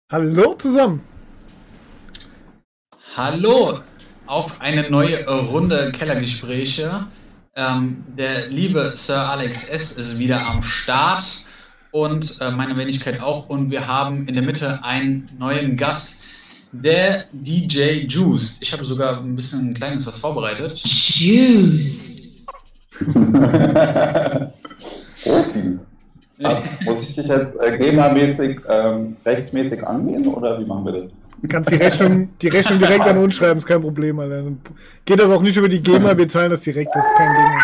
Hallo zusammen. Hallo auf eine neue Runde Kellergespräche. Der liebe Sir Alex S. ist wieder am Start und meine Wenigkeit auch. Und wir haben in der Mitte einen neuen Gast, der DJ Juiced. Ich habe sogar ein bisschen ein kleines was vorbereitet. Juiced. Profi. Muss ich dich jetzt GEMA-mäßig rechtsmäßig angehen oder wie machen wir das? Du kannst die Rechnung direkt an uns schreiben, ist kein Problem, Alter. Dann geht das auch nicht über die GEMA, wir zahlen das direkt, das ist kein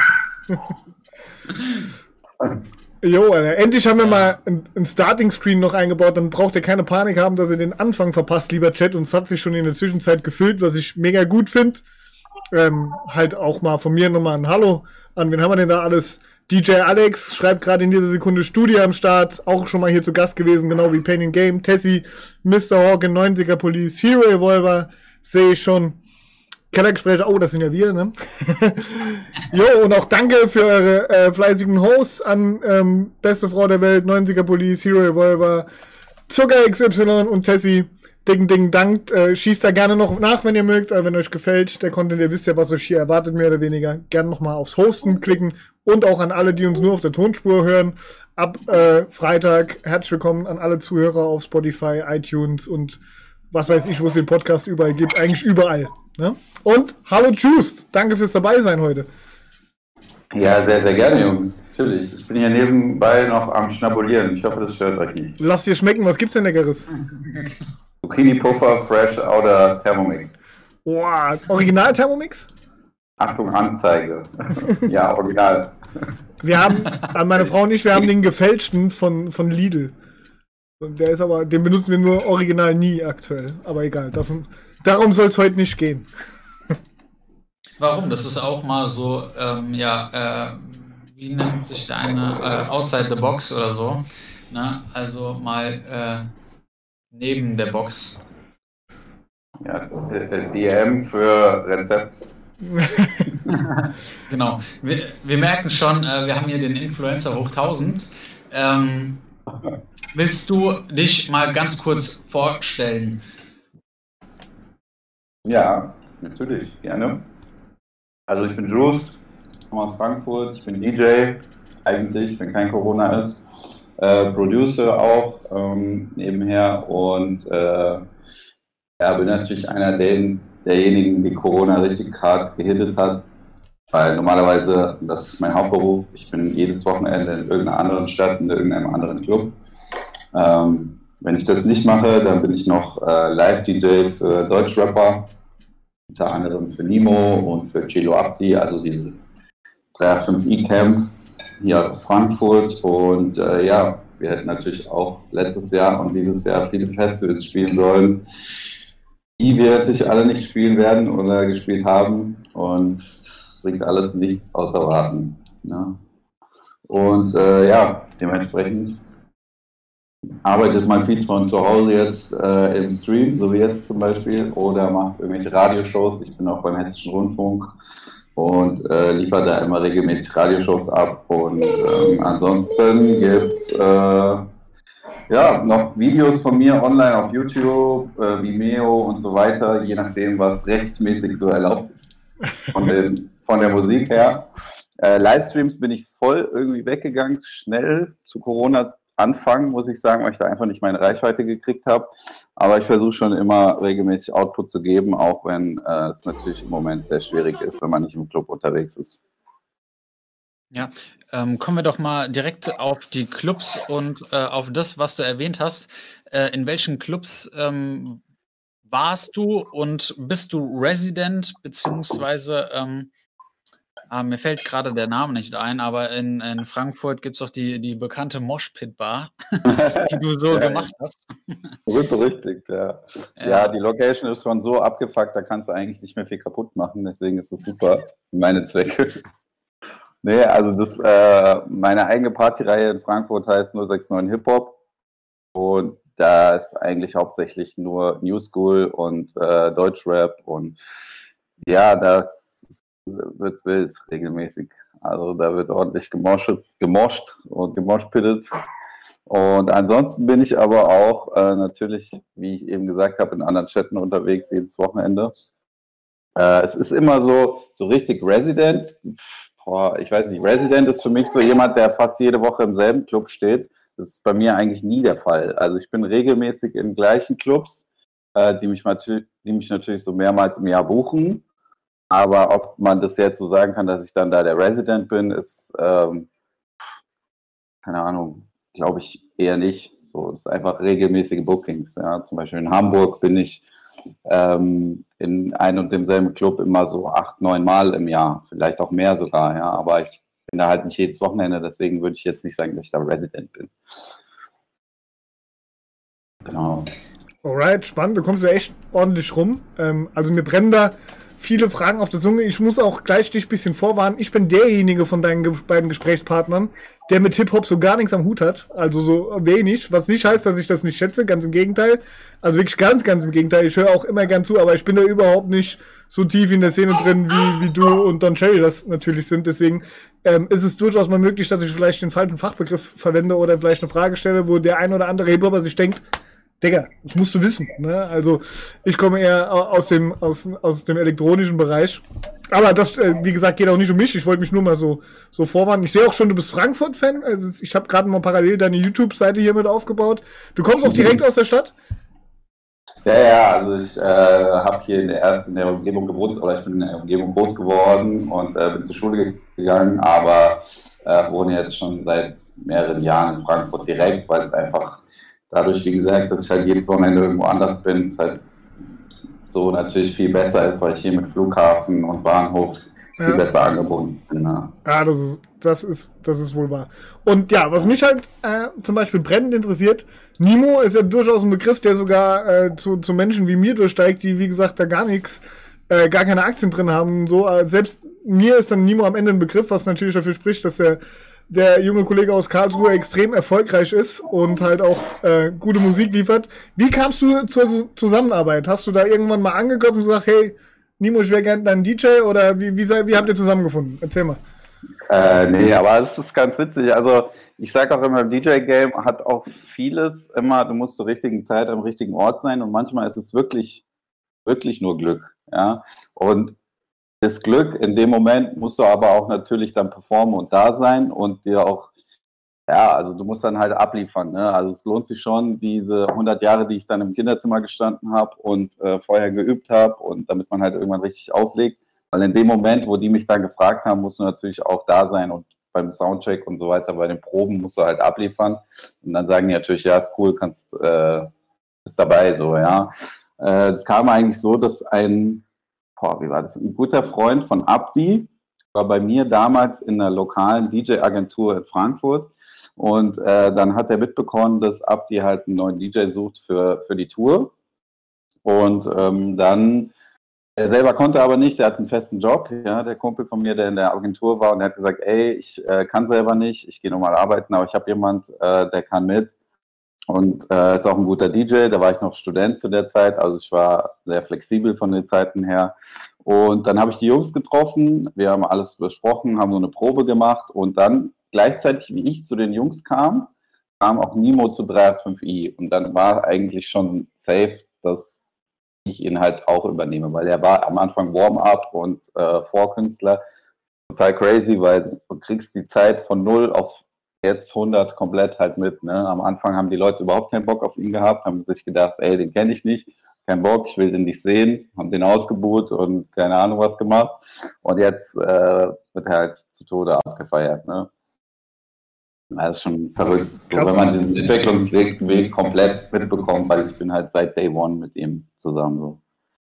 Ding. Jo, Alter, endlich haben wir mal ein Starting-Screen noch eingebaut, dann braucht ihr keine Panik haben, dass ihr den Anfang verpasst, lieber Chat. Und es hat sich schon in der Zwischenzeit gefüllt, was ich mega gut finde. Halt auch mal von mir nochmal ein Hallo an, wen haben wir denn da alles? DJ Alex schreibt gerade in dieser Sekunde Studie am Start, auch schon mal hier zu Gast gewesen, genau wie Pain in Game, Tessie, Mr. Hawk in 90er Police, Hero Evolver, sehe ich schon. Kellergespräche, oh, das sind ja wir, ne? Jo, und auch danke für eure fleißigen Hosts an Beste Frau der Welt, 90er Police, Hero Evolver, Zucker XY und Tessie. Dicken Dank. Schießt da gerne noch nach, wenn ihr mögt, wenn euch gefällt der Content. Ihr wisst ja, was euch hier erwartet, mehr oder weniger. Gerne nochmal aufs Hosten klicken. Und auch an alle, die uns nur auf der Tonspur hören. Ab Freitag herzlich willkommen an alle Zuhörer auf Spotify, iTunes und was weiß ich, wo es den Podcast überall gibt. Eigentlich überall. Ne? Und hallo Juiced. Danke fürs Dabeisein heute. Ja, sehr, sehr gerne, Jungs. Natürlich. Ich bin hier nebenbei noch am Schnabulieren. Ich hoffe, das stört euch nicht. Lasst dir schmecken. Was gibt's denn Leckeres? Zucchini-Puffer, Fresh oder Thermomix? Wow, Original Thermomix? Achtung, Anzeige. Ja, original. Wir haben, meine Frau und ich, wir haben den gefälschten von Lidl. Und der ist aber, den benutzen wir nur original nie aktuell. Aber egal, darum soll es heute nicht gehen. Warum? Das ist auch mal so, wie nennt sich deine Outside the Box oder so? Ne? Also mal neben der Box. Ja, DM für Rezept. Genau. Wir merken schon, wir haben hier den Influencer hoch 1000. Willst du dich mal ganz kurz vorstellen? Ja, natürlich, gerne. Also ich bin Juiced, komme aus Frankfurt, ich bin DJ, eigentlich, wenn kein Corona ist. Producer auch nebenher und bin natürlich einer derjenigen, die Corona richtig hart gehittet hat, weil normalerweise, das ist mein Hauptberuf, ich bin jedes Wochenende in irgendeiner anderen Stadt, in irgendeinem anderen Club. Wenn ich das nicht mache, dann bin ich noch Live-DJ für Deutschrapper, unter anderem für Nimo und für Celo Abdi, also diese 385 Camp hier aus Frankfurt. Und wir hätten natürlich auch letztes Jahr und dieses Jahr viele Festivals spielen sollen, die wir natürlich alle nicht spielen werden oder gespielt haben. Und es bringt alles nichts außer warten. Ja. Und dementsprechend arbeitet man viel von zu Hause jetzt im Stream, so wie jetzt zum Beispiel, oder macht irgendwelche Radioshows. Ich bin auch beim Hessischen Rundfunk und liefere da immer regelmäßig Radioshows ab. Und ansonsten gibt es noch Videos von mir online auf YouTube, Vimeo und so weiter, je nachdem, was rechtsmäßig so erlaubt ist von der Musik her. Livestreams bin ich voll irgendwie weggegangen, schnell zu Corona Anfang, muss ich sagen, weil ich da einfach nicht meine Reichweite gekriegt habe. Aber ich versuche schon immer regelmäßig Output zu geben, auch wenn es natürlich im Moment sehr schwierig ist, wenn man nicht im Club unterwegs ist. Ja, kommen wir doch mal direkt auf die Clubs und auf das, was du erwähnt hast. In welchen Clubs warst du und bist du Resident, beziehungsweise mir fällt gerade der Name nicht ein, aber in Frankfurt gibt es doch die bekannte Moshpit-Bar, die du so gemacht hast. Berüchtigt, ja. Ja, die Location ist schon so abgefuckt, da kannst du eigentlich nicht mehr viel kaputt machen, deswegen ist es super für meine Zwecke. Nee, also meine eigene Partyreihe in Frankfurt heißt 069 Hip-Hop und da ist eigentlich hauptsächlich nur New School und Deutschrap und ja, das wird's wild regelmäßig. Also da wird ordentlich gemoscht und gemoshpittet Und ansonsten bin ich aber auch natürlich, wie ich eben gesagt habe, in anderen Städten unterwegs, jedes Wochenende. Es ist immer so richtig Resident. Boah, ich weiß nicht, Resident ist für mich so jemand, der fast jede Woche im selben Club steht. Das ist bei mir eigentlich nie der Fall. Also ich bin regelmäßig in gleichen Clubs, die mich natürlich so mehrmals im Jahr buchen. Aber ob man das jetzt so sagen kann, dass ich dann da der Resident bin, ist, keine Ahnung, glaube ich eher nicht. So, es ist einfach regelmäßige Bookings. Ja. Zum Beispiel in Hamburg bin ich in einem und demselben Club immer so 8, 9 Mal im Jahr, vielleicht auch mehr sogar, ja. Aber ich bin da halt nicht jedes Wochenende, deswegen würde ich jetzt nicht sagen, dass ich da Resident bin. Genau. Alright, spannend. Du kommst ja echt ordentlich rum. Also mir brennen da viele Fragen auf der Zunge. Ich muss auch gleich dich ein bisschen vorwarnen. Ich bin derjenige von deinen beiden Gesprächspartnern, der mit Hip-Hop so gar nichts am Hut hat. Also so wenig. Was nicht heißt, dass ich das nicht schätze. Ganz im Gegenteil. Also wirklich ganz, ganz im Gegenteil. Ich höre auch immer gern zu, aber ich bin da überhaupt nicht so tief in der Szene drin, wie du und Don Cherry das natürlich sind. Deswegen ist es durchaus mal möglich, dass ich vielleicht den falschen Fachbegriff verwende oder vielleicht eine Frage stelle, wo der ein oder andere Hip-Hopper sich denkt, Digga, das musst du wissen, ne? Also ich komme eher aus dem elektronischen Bereich. Aber das, wie gesagt, geht auch nicht um mich. Ich wollte mich nur mal so vorwarnen. Ich sehe auch schon, du bist Frankfurt-Fan. Also ich habe gerade mal parallel deine YouTube-Seite hier mit aufgebaut. Du kommst auch direkt aus der Stadt? Ja, also ich habe hier in der Umgebung gewohnt, oder ich bin in der Umgebung groß geworden und bin zur Schule gegangen, aber wohne jetzt schon seit mehreren Jahren in Frankfurt direkt, weil es einfach dadurch, wie gesagt, dass ich halt jedes Wochenende irgendwo anders bin, es halt so natürlich viel besser ist, weil ich hier mit Flughafen und Bahnhof viel besser angebunden bin. Ja, das ist wohl wahr. Und ja, was mich halt zum Beispiel brennend interessiert, Nimo ist ja durchaus ein Begriff, der sogar zu Menschen wie mir durchsteigt, die, wie gesagt, da gar keine Aktien drin haben. So, selbst mir ist dann Nimo am Ende ein Begriff, was natürlich dafür spricht, dass der junge Kollege aus Karlsruhe extrem erfolgreich ist und halt auch gute Musik liefert. Wie kamst du zur Zusammenarbeit? Hast du da irgendwann mal angeklopft und gesagt, hey, Nimo, ich wäre gerne dein DJ, oder wie habt ihr zusammengefunden? Erzähl mal. Nee, aber es ist ganz witzig. Also ich sage auch immer, im DJ-Game hat auch vieles immer, du musst zur richtigen Zeit am richtigen Ort sein, und manchmal ist es wirklich, wirklich nur Glück. Ja? Und das Glück, in dem Moment musst du aber auch natürlich dann performen und da sein und dir auch, ja, also du musst dann halt abliefern. Ne? Also es lohnt sich schon, diese 100 Jahre, die ich dann im Kinderzimmer gestanden habe und vorher geübt habe, und damit man halt irgendwann richtig auflegt. Weil in dem Moment, wo die mich dann gefragt haben, musst du natürlich auch da sein, und beim Soundcheck und so weiter, bei den Proben musst du halt abliefern. Und dann sagen die natürlich, ja, ist cool, bist dabei, so, ja. Das kam eigentlich so, dass wie war das? Ein guter Freund von Abdi war bei mir damals in einer lokalen DJ-Agentur in Frankfurt, und dann hat er mitbekommen, dass Abdi halt einen neuen DJ sucht für die Tour, und dann, er selber konnte aber nicht, der hat einen festen Job, ja, der Kumpel von mir, der in der Agentur war, und der hat gesagt, ey, ich kann selber nicht, ich gehe nochmal arbeiten, aber ich habe jemand, der kann mit. Und ist auch ein guter DJ, da war ich noch Student zu der Zeit, also ich war sehr flexibel von den Zeiten her. Und dann habe ich die Jungs getroffen, wir haben alles besprochen, haben so eine Probe gemacht, und dann gleichzeitig, wie ich zu den Jungs kam auch Nimo zu 385i, und dann war eigentlich schon safe, dass ich ihn halt auch übernehme, weil er war am Anfang Warm-up und Vorkünstler, total crazy, weil du kriegst die Zeit von 0 auf jetzt 100 komplett halt mit. Ne? Am Anfang haben die Leute überhaupt keinen Bock auf ihn gehabt, haben sich gedacht, ey, den kenne ich nicht, kein Bock, ich will den nicht sehen, haben den ausgebuht und keine Ahnung was gemacht. Und jetzt wird er halt zu Tode abgefeiert. Ne? Das ist schon verrückt, so, wenn man diesen Entwicklungsweg komplett mitbekommt, weil ich bin halt seit Day One mit ihm zusammen. So.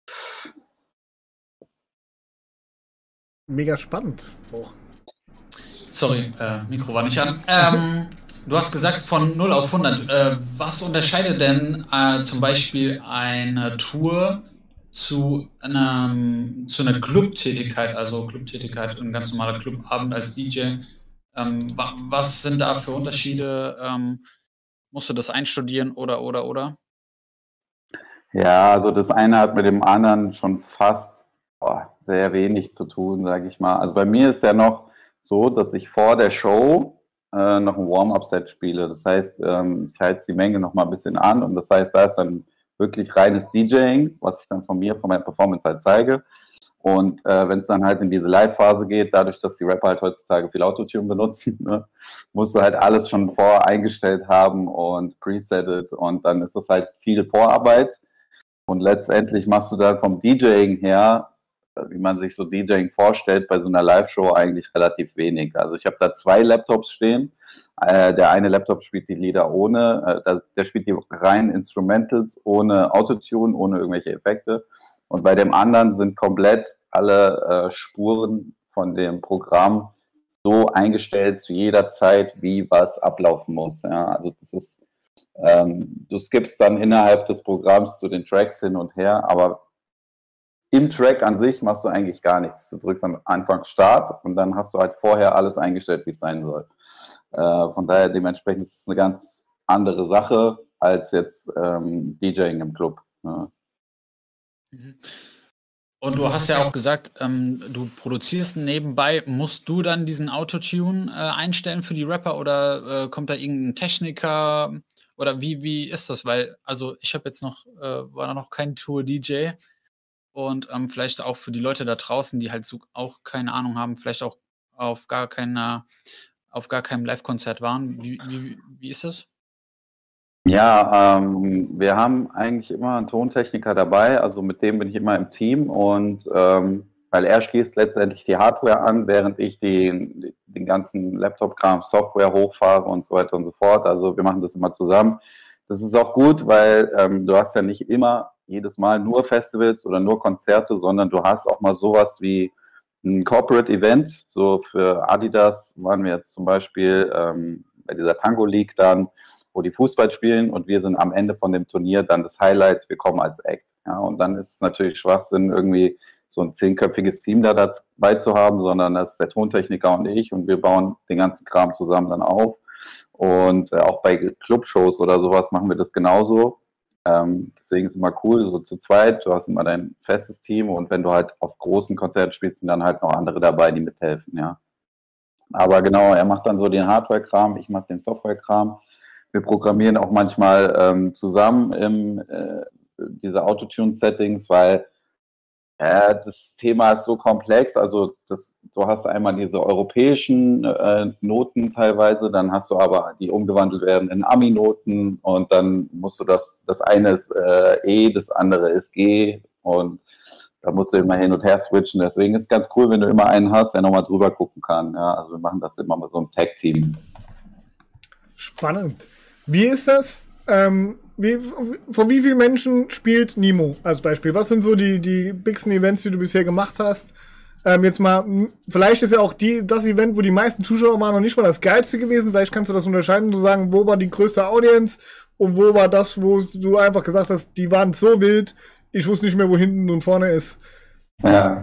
Mega spannend auch. Sorry, Mikro war nicht an. Du hast gesagt von 0 auf 100. Was unterscheidet denn zum Beispiel eine Tour zu einer Clubtätigkeit, also Clubtätigkeit, ein ganz normaler Clubabend als DJ? Was sind da für Unterschiede? Musst du das einstudieren oder? Ja, also das eine hat mit dem anderen schon fast sehr wenig zu tun, sage ich mal. Also bei mir ist ja noch so, dass ich vor der Show noch ein Warm-Up-Set spiele. Das heißt, ich heiz die Menge noch mal ein bisschen an und das heißt, da ist dann wirklich reines DJing, was ich dann von meiner Performance halt zeige. Und wenn es dann halt in diese Live-Phase geht, dadurch, dass die Rapper halt heutzutage viel Autotune benutzen, ne, musst du halt alles schon voreingestellt haben und presettet und dann ist das halt viel Vorarbeit und letztendlich machst du dann vom DJing her, wie man sich so DJing vorstellt, bei so einer Live-Show eigentlich relativ wenig. Also ich habe da 2 Laptops stehen. Der eine Laptop spielt die Lieder ohne, der spielt die reinen Instrumentals ohne Autotune, ohne irgendwelche Effekte. Und bei dem anderen sind komplett alle Spuren von dem Programm so eingestellt zu jeder Zeit, wie was ablaufen muss. Ja, also das ist, du skippst dann innerhalb des Programms zu den Tracks hin und her, aber im Track an sich machst du eigentlich gar nichts. Du drückst am Anfang Start und dann hast du halt vorher alles eingestellt, wie es sein soll. Von daher dementsprechend ist es eine ganz andere Sache als jetzt DJing im Club. Ja. Und du hast ja auch gesagt, du produzierst nebenbei. Musst du dann diesen Autotune einstellen für die Rapper oder kommt da irgendein Techniker oder wie ist das? Weil, also ich habe jetzt war da noch kein Tour-DJ und vielleicht auch für die Leute da draußen, die halt so auch keine Ahnung haben, vielleicht auch auf gar keinem Live-Konzert waren. Wie ist das? Ja, wir haben eigentlich immer einen Tontechniker dabei, also mit dem bin ich immer im Team und weil er schließt letztendlich die Hardware an, während ich den ganzen Laptop-Kram, Software hochfahre und so weiter und so fort. Also wir machen das immer zusammen. Das ist auch gut, weil du hast ja nicht immer jedes Mal nur Festivals oder nur Konzerte, sondern du hast auch mal sowas wie ein Corporate Event. So für Adidas waren wir jetzt zum Beispiel bei dieser Tango League dann, wo die Fußball spielen und wir sind am Ende von dem Turnier dann das Highlight, wir kommen als Act. Ja, und dann ist es natürlich Schwachsinn, irgendwie so ein 10-köpfiges Team da dabei zu haben, sondern das ist der Tontechniker und ich und wir bauen den ganzen Kram zusammen dann auf. Und auch bei Clubshows oder sowas machen wir das genauso. Deswegen ist es immer cool, so zu zweit, du hast immer dein festes Team und wenn du halt auf großen Konzerten spielst, sind dann halt noch andere dabei, die mithelfen, ja. Aber genau, er macht dann so den Hardware-Kram, ich mache den Software-Kram. Wir programmieren auch manchmal zusammen diese Autotune-Settings, weil das Thema ist so komplex. Also du hast einmal diese europäischen Noten teilweise, dann hast du aber, die umgewandelt werden in Ami-Noten und dann musst du das eine ist E, das andere ist G und da musst du immer hin und her switchen. Deswegen ist es ganz cool, wenn du immer einen hast, der nochmal drüber gucken kann. Ja, also wir machen das immer mit so einem Tag-Team. Spannend. Wie ist das? Vor wie vielen Menschen spielt Nimo als Beispiel? Was sind so die bigsten Events, die du bisher gemacht hast? Jetzt mal, vielleicht ist ja auch das Event, wo die meisten Zuschauer waren, noch nicht mal das geilste gewesen. Vielleicht kannst du das unterscheiden und sagen, wo war die größte Audience und wo war das, wo du einfach gesagt hast, die waren so wild, ich wusste nicht mehr, wo hinten und vorne ist. Ja.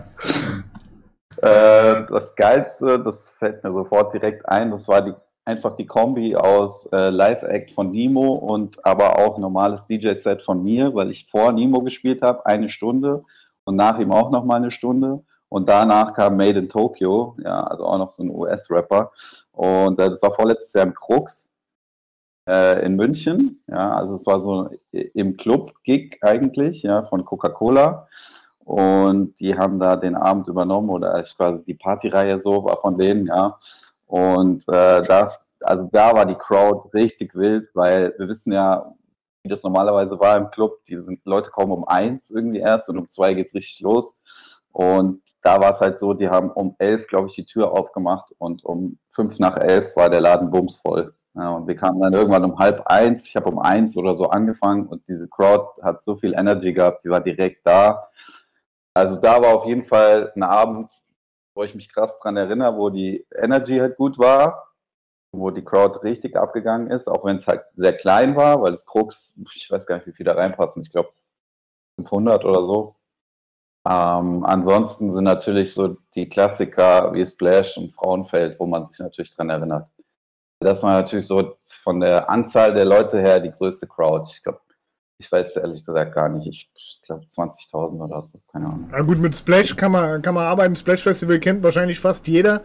Das Geilste, das fällt mir sofort direkt ein, das war einfach die Kombi aus Live-Act von Nimo und aber auch normales DJ-Set von mir, weil ich vor Nimo gespielt habe, 1 Stunde und nach ihm auch nochmal 1 Stunde und danach kam Made in Tokyo, ja, also auch noch so ein US-Rapper und das war vorletztes Jahr im Krux in München, ja, also es war so im Club-Gig eigentlich, ja, von Coca-Cola und die haben da den Abend übernommen oder quasi die Partyreihe so war von denen, ja. Und da war die Crowd richtig wild, weil wir wissen ja, wie das normalerweise war im Club. Leute kommen um 1 irgendwie erst und um 2 geht's richtig los. Und da war es halt so, die haben um 11, glaube ich, die Tür aufgemacht und um 5 nach 11 war der Laden bumsvoll. Ja, und wir kamen dann irgendwann um 12:30. Ich habe um 1 oder so angefangen und diese Crowd hat so viel Energy gehabt, die war direkt da. Also da war auf jeden Fall ein Abend, wo ich mich krass dran erinnere, wo die Energy halt gut war, wo die Crowd richtig abgegangen ist, auch wenn es halt sehr klein war, weil das Krux, ich weiß gar nicht, wie viel da reinpassen, ich glaube 500 oder so. Ansonsten sind natürlich so die Klassiker wie Splash und Frauenfeld, wo man sich natürlich dran erinnert. Das war natürlich so von der Anzahl der Leute her die größte Crowd. Ich weiß ehrlich gesagt gar nicht. Ich glaube 20.000 oder so, keine Ahnung. Ja gut, mit Splash kann man arbeiten. Splash Festival kennt wahrscheinlich fast jeder.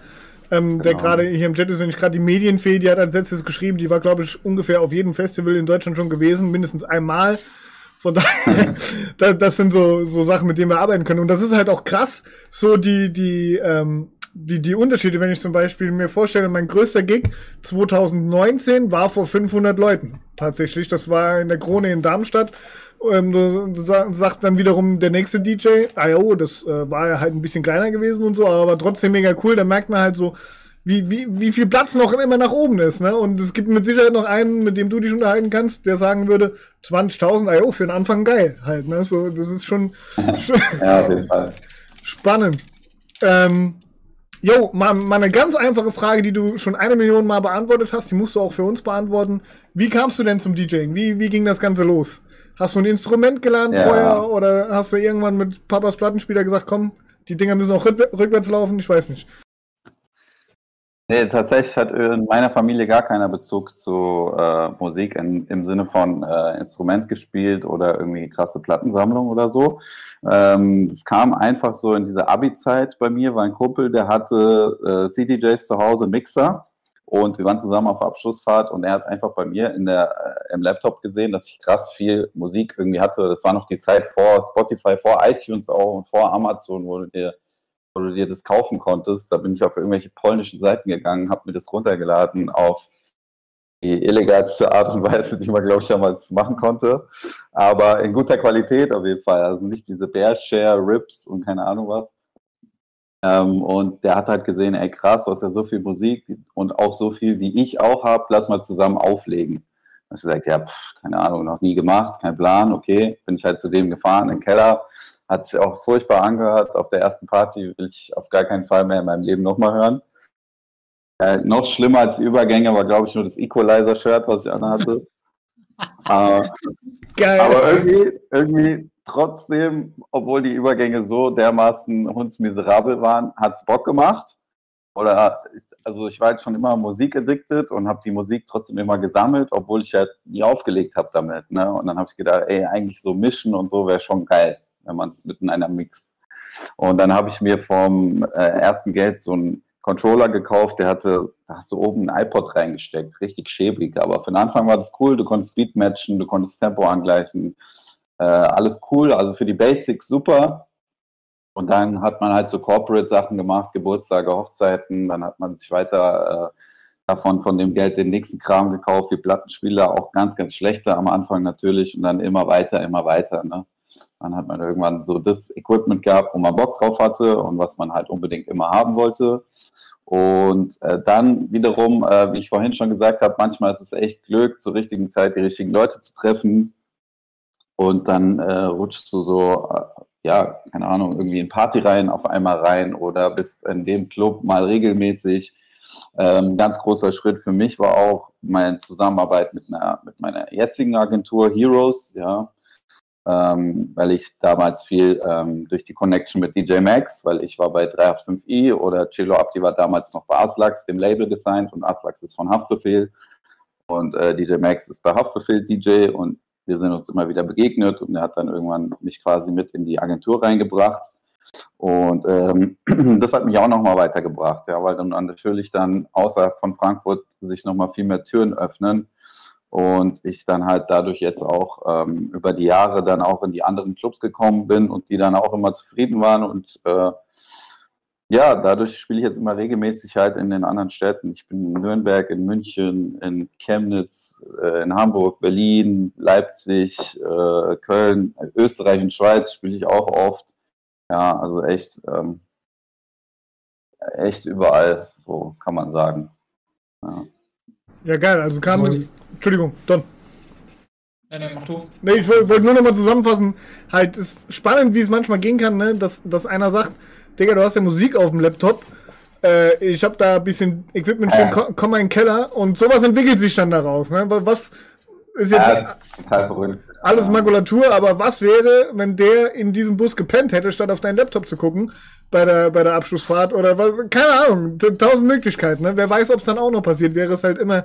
der gerade hier im Chat ist, wenn ich gerade die Medienfee, die hat als letztes geschrieben, die war, glaube ich, ungefähr auf jedem Festival in Deutschland schon gewesen, mindestens einmal. Von daher, das sind so Sachen, mit denen wir arbeiten können. Und das ist halt auch krass, so die Unterschiede, wenn ich zum Beispiel mir vorstelle, mein größter Gig 2019 war vor 500 Leuten. Tatsächlich, das war in der Krone in Darmstadt. Sagt dann wiederum der nächste DJ, das war ja halt ein bisschen kleiner gewesen und so, aber trotzdem mega cool. Da merkt man halt so, wie viel Platz noch immer nach oben ist, ne? Und es gibt mit Sicherheit noch einen, mit dem du dich unterhalten kannst, der sagen würde, 20.000, für den Anfang geil halt, ne? So, das ist schon ja, auf jeden Fall. Spannend. Mal eine ganz einfache Frage, die du schon 1 Million Mal beantwortet hast, die musst du auch für uns beantworten. Wie kamst du denn zum DJing? Wie ging das Ganze los? Hast du ein Instrument gelernt vorher oder hast du irgendwann mit Papas Plattenspieler gesagt, komm, die Dinger müssen auch rückwärts laufen? Ich weiß nicht. Nee, tatsächlich hat in meiner Familie gar keiner Bezug zu Musik im Sinne von Instrument gespielt oder irgendwie krasse Plattensammlung oder so. Es kam einfach so in diese Abi-Zeit bei mir, war ein Kumpel, der hatte CDJs zu Hause, Mixer, und wir waren zusammen auf Abschlussfahrt und er hat einfach bei mir im Laptop gesehen, dass ich krass viel Musik irgendwie hatte. Das war noch die Zeit vor Spotify, vor iTunes auch und vor Amazon, wo du dir das kaufen konntest. Da bin ich auf irgendwelche polnischen Seiten gegangen, habe mir das runtergeladen auf die illegalste Art und Weise, die man, glaube ich, damals machen konnte. Aber in guter Qualität auf jeden Fall. Also nicht diese Bearshare, Rips und keine Ahnung was. Und der hat halt gesehen, ey krass, du hast ja so viel Musik und auch so viel, wie ich auch habe, lass mal zusammen auflegen. Da habe ich gesagt, ja, keine Ahnung, noch nie gemacht, kein Plan, okay. Bin ich halt zu dem gefahren, in den Keller. Hat sich auch furchtbar angehört. Auf der ersten Party will ich auf gar keinen Fall mehr in meinem Leben nochmal hören. Noch schlimmer als die Übergänge war, glaube ich, nur das Equalizer-Shirt, was ich anhatte. Geil. Aber irgendwie trotzdem, obwohl die Übergänge so dermaßen hundsmiserabel waren, hat es Bock gemacht. Also ich war halt schon immer musikaddicted und habe die Musik trotzdem immer gesammelt, obwohl ich halt nie aufgelegt habe damit. Ne? Und dann habe ich gedacht, ey, eigentlich so mischen und so wäre schon geil, wenn man es miteinander mixt. Und dann habe ich mir vom ersten Geld so einen Controller gekauft, da hast du oben ein iPod reingesteckt, richtig schäbig, aber für den Anfang war das cool, du konntest Beat matchen, du konntest Tempo angleichen, alles cool, also für die Basics super. Und dann hat man halt so Corporate-Sachen gemacht, Geburtstage, Hochzeiten, dann hat man sich weiter von dem Geld den nächsten Kram gekauft, wie Plattenspieler, auch ganz, ganz schlechte am Anfang natürlich und dann immer weiter, ne? Dann hat man irgendwann so das Equipment gehabt, wo man Bock drauf hatte und was man halt unbedingt immer haben wollte. Und dann wiederum, wie ich vorhin schon gesagt habe, manchmal ist es echt Glück, zur richtigen Zeit die richtigen Leute zu treffen. Und dann rutschst du so, keine Ahnung, irgendwie in Partyreihen auf einmal rein oder bist in dem Club mal regelmäßig. Ganz großer Schritt für mich war auch meine Zusammenarbeit mit meiner jetzigen Agentur Heroes, ja. Weil ich damals viel durch die Connection mit DJ Max, weil ich war bei 385i oder Cello Abdi war damals noch bei Aslax, dem Label gesigned und Aslax ist von Haftbefehl und DJ Max ist bei Haftbefehl DJ und wir sind uns immer wieder begegnet und er hat dann irgendwann mich quasi mit in die Agentur reingebracht und das hat mich auch nochmal weitergebracht, ja, weil dann natürlich dann außerhalb von Frankfurt sich nochmal viel mehr Türen öffnen. Und ich dann halt dadurch jetzt auch über die Jahre dann auch in die anderen Clubs gekommen bin und die dann auch immer zufrieden waren. Und dadurch spiele ich jetzt immer regelmäßig halt in den anderen Städten. Ich bin in Nürnberg, in München, in Chemnitz, in Hamburg, Berlin, Leipzig, Köln, Österreich und Schweiz spiele ich auch oft. Ja, also echt überall, so kann man sagen. Ja. Ja, geil, also kam das. Entschuldigung, Don. Nee, mach du. Nee, ich wollte nur noch mal zusammenfassen. Halt, ist spannend, wie es manchmal gehen kann, ne? Dass einer sagt, Digga, du hast ja Musik auf dem Laptop. Ich habe da ein bisschen Equipment stehen, komm mal in den Keller und sowas entwickelt sich dann daraus, ne? Was ist jetzt total verrückt. Alles Makulatur, aber was wäre, wenn der in diesem Bus gepennt hätte, statt auf deinen Laptop zu gucken bei der Abschlussfahrt oder keine Ahnung, 1000 Möglichkeiten, ne? Wer weiß, ob es dann auch noch passiert, wäre es halt immer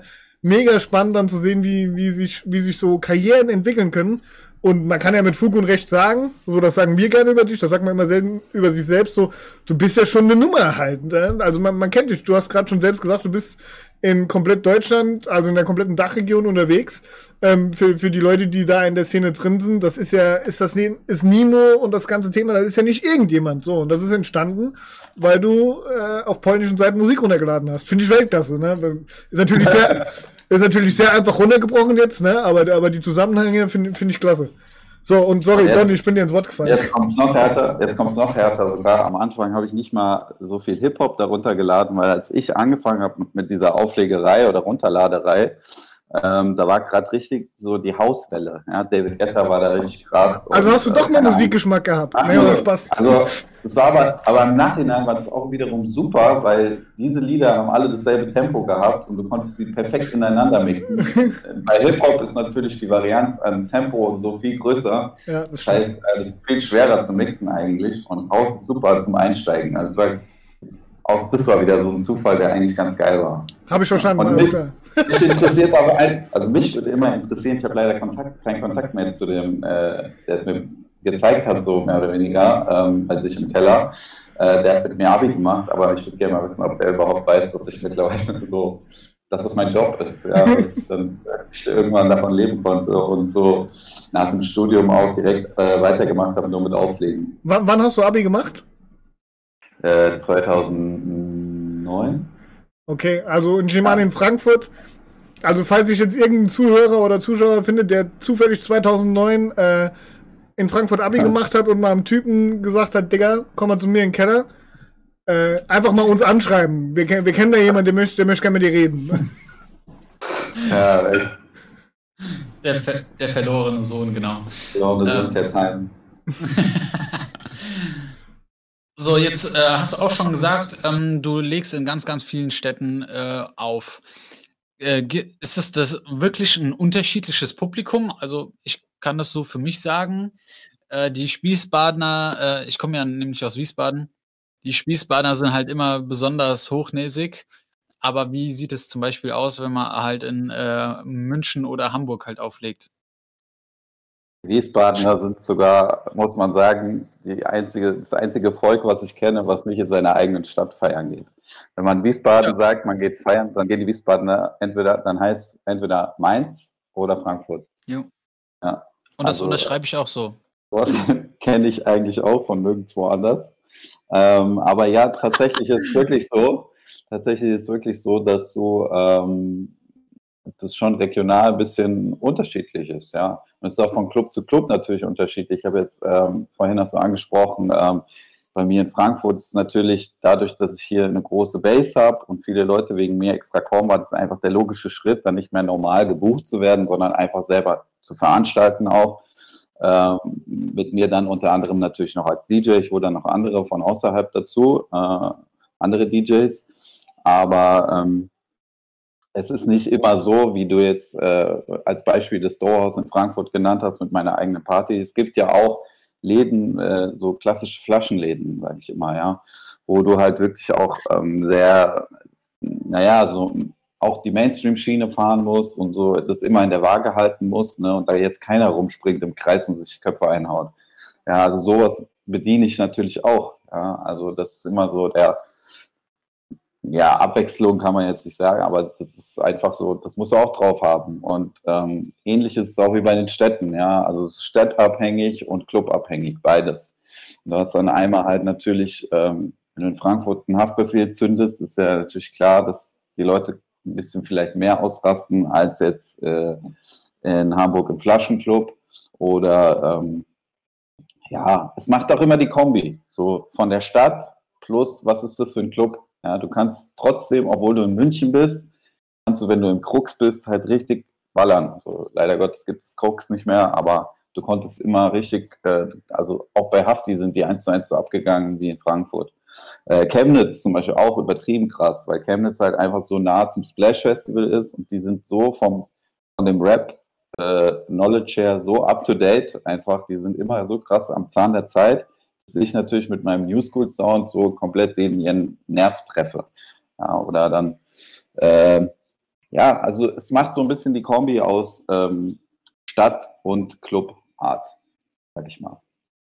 mega spannend dann zu sehen, wie sich so Karrieren entwickeln können. Und man kann ja mit Fug und Recht sagen, so das sagen wir gerne über dich, das sagt man immer selten über sich selbst, so, du bist ja schon eine Nummer halt. Ne? Also man kennt dich, du hast gerade schon selbst gesagt, du bist in komplett Deutschland, also in der kompletten Dachregion unterwegs. Für die Leute, die da in der Szene drin sind, das ist Nimo und das ganze Thema, das ist ja nicht irgendjemand so. Und das ist entstanden, weil du auf polnischen Seiten Musik runtergeladen hast. Finde ich Weltklasse, ne? Ist natürlich sehr einfach runtergebrochen jetzt, ne? Aber die Zusammenhänge find ich klasse. So, und sorry, Donny, ich bin dir ins Wort gefallen. Jetzt kommt's noch härter. Sogar am Anfang habe ich nicht mal so viel Hip-Hop darunter geladen, weil als ich angefangen habe mit dieser Auflegerei oder Runterladerei, da war gerade richtig so die Hauswelle. Ja? David Guetta war da richtig krass. Also hast du doch mal Musikgeschmack gehabt. Mehr oder Spaß. Also, das war aber im Nachhinein war das auch wiederum super, weil diese Lieder haben alle dasselbe Tempo gehabt und du konntest sie perfekt ineinander mixen. Bei Hip-Hop ist natürlich die Varianz an Tempo so viel größer. Ja, das heißt, es ist viel schwerer zu mixen eigentlich und Haus ist super zum Einsteigen. Also auch das war wieder so ein Zufall, der eigentlich ganz geil war. Habe ich verstanden. Und mich interessiert aber, also mich würde immer interessieren, ich habe leider keinen Kontakt mehr zu dem, der es mir gezeigt hat, so mehr oder weniger, als ich im Keller. Der hat mit mir Abi gemacht, aber ich würde gerne mal wissen, ob der überhaupt weiß, dass ich mittlerweile so, dass das mein Job ist, ja, dass ich dann irgendwann davon leben konnte und so nach dem Studium auch direkt weitergemacht habe, nur mit Auflegen. Wann hast du Abi gemacht? 2009. Okay, also in Schemane in Frankfurt. Also falls ich jetzt irgendeinen Zuhörer oder Zuschauer finde, der zufällig 2009 in Frankfurt Abi gemacht hat und mal einem Typen gesagt hat, Digga, komm mal zu mir in den Keller, einfach mal uns anschreiben. Wir kennen da jemanden, der möchte gerne mit dir reden. Ja, echt. Der verlorene Sohn, genau. Verlorene Sohn der Time. So, jetzt hast du auch schon gesagt, du legst in ganz, ganz vielen Städten auf. Ist das wirklich ein unterschiedliches Publikum? Also ich kann das so für mich sagen. Die Wiesbadener, ich komme ja nämlich aus Wiesbaden, die Wiesbadener sind halt immer besonders hochnäsig. Aber wie sieht es zum Beispiel aus, wenn man halt in München oder Hamburg halt auflegt? Wiesbadener sind sogar, muss man sagen, das einzige Volk, was ich kenne, was nicht in seiner eigenen Stadt feiern geht. Wenn man Wiesbaden sagt, man geht feiern, dann gehen die Wiesbadener entweder Mainz oder Frankfurt. Jo. Ja. Und das unterschreibe ich auch so. Das kenne ich eigentlich auch von nirgendwo anders. Aber ja, tatsächlich ist es wirklich so. Dass du das schon regional ein bisschen unterschiedlich ist, ja. Und es ist auch von Club zu Club natürlich unterschiedlich. Ich habe jetzt vorhin hast du angesprochen, bei mir in Frankfurt ist natürlich dadurch, dass ich hier eine große Base habe und viele Leute wegen mir extra kommen, war das einfach der logische Schritt, dann nicht mehr normal gebucht zu werden, sondern einfach selber zu veranstalten auch. Mit mir dann unter anderem natürlich noch als DJ. Ich hole dann noch andere von außerhalb dazu, andere DJs. Aber es ist nicht immer so, wie du jetzt als Beispiel das Storehouse in Frankfurt genannt hast mit meiner eigenen Party. Es gibt ja auch Läden, so klassische Flaschenläden, sage ich immer, ja, wo du halt wirklich auch so auch die Mainstream-Schiene fahren musst und so das immer in der Waage halten musst, ne, und da jetzt keiner rumspringt im Kreis und sich die Köpfe einhaut. Ja, also sowas bediene ich natürlich auch. Ja, also das ist immer so Abwechslung kann man jetzt nicht sagen, aber das ist einfach so, das musst du auch drauf haben. Und ähnlich ist es auch wie bei den Städten, ja, also es ist städtabhängig und clubabhängig, beides. Und du hast dann einmal halt natürlich, wenn du in Frankfurt einen Haftbefehl zündest, ist ja natürlich klar, dass die Leute ein bisschen vielleicht mehr ausrasten als jetzt in Hamburg im Flaschenclub oder es macht auch immer die Kombi, so von der Stadt plus, was ist das für ein Club? Ja, du kannst trotzdem, obwohl du in München bist, kannst du, wenn du im Krux bist, halt richtig ballern. So, leider Gottes gibt es Krux nicht mehr, aber du konntest immer richtig, also auch bei Hafti sind die 1:1 so abgegangen wie in Frankfurt. Chemnitz zum Beispiel auch übertrieben krass, weil Chemnitz halt einfach so nah zum Splash Festival ist und die sind so von dem Rap Knowledge her so up to date einfach, die sind immer so krass am Zahn der Zeit, dass ich natürlich mit meinem New School Sound so komplett den ihren Nerv treffe. Ja, oder dann Ja, also es macht so ein bisschen die Kombi aus Stadt- und Clubart, sag ich mal.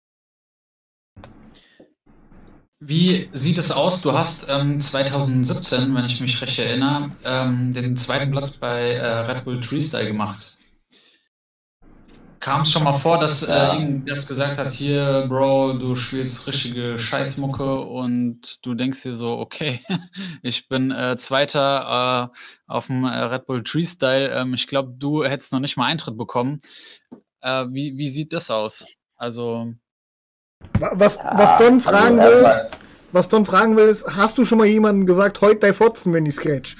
Wie sieht es aus? Du hast 2017, wenn ich mich recht erinnere, den zweiten Platz bei Red Bull Freestyle gemacht. Kam es schon mal vor, dass irgendwas gesagt hat, hier, Bro, du spielst richtige Scheißmucke und du denkst dir so, okay, ich bin Zweiter auf dem Red Bull Freestyle. Ich glaube, du hättest noch nicht mal Eintritt bekommen. Wie sieht das aus? Also, Was Don fragen will, was Don fragen will, ist, hast du schon mal jemandem gesagt, heute dein Fotzen, wenn ich scratch?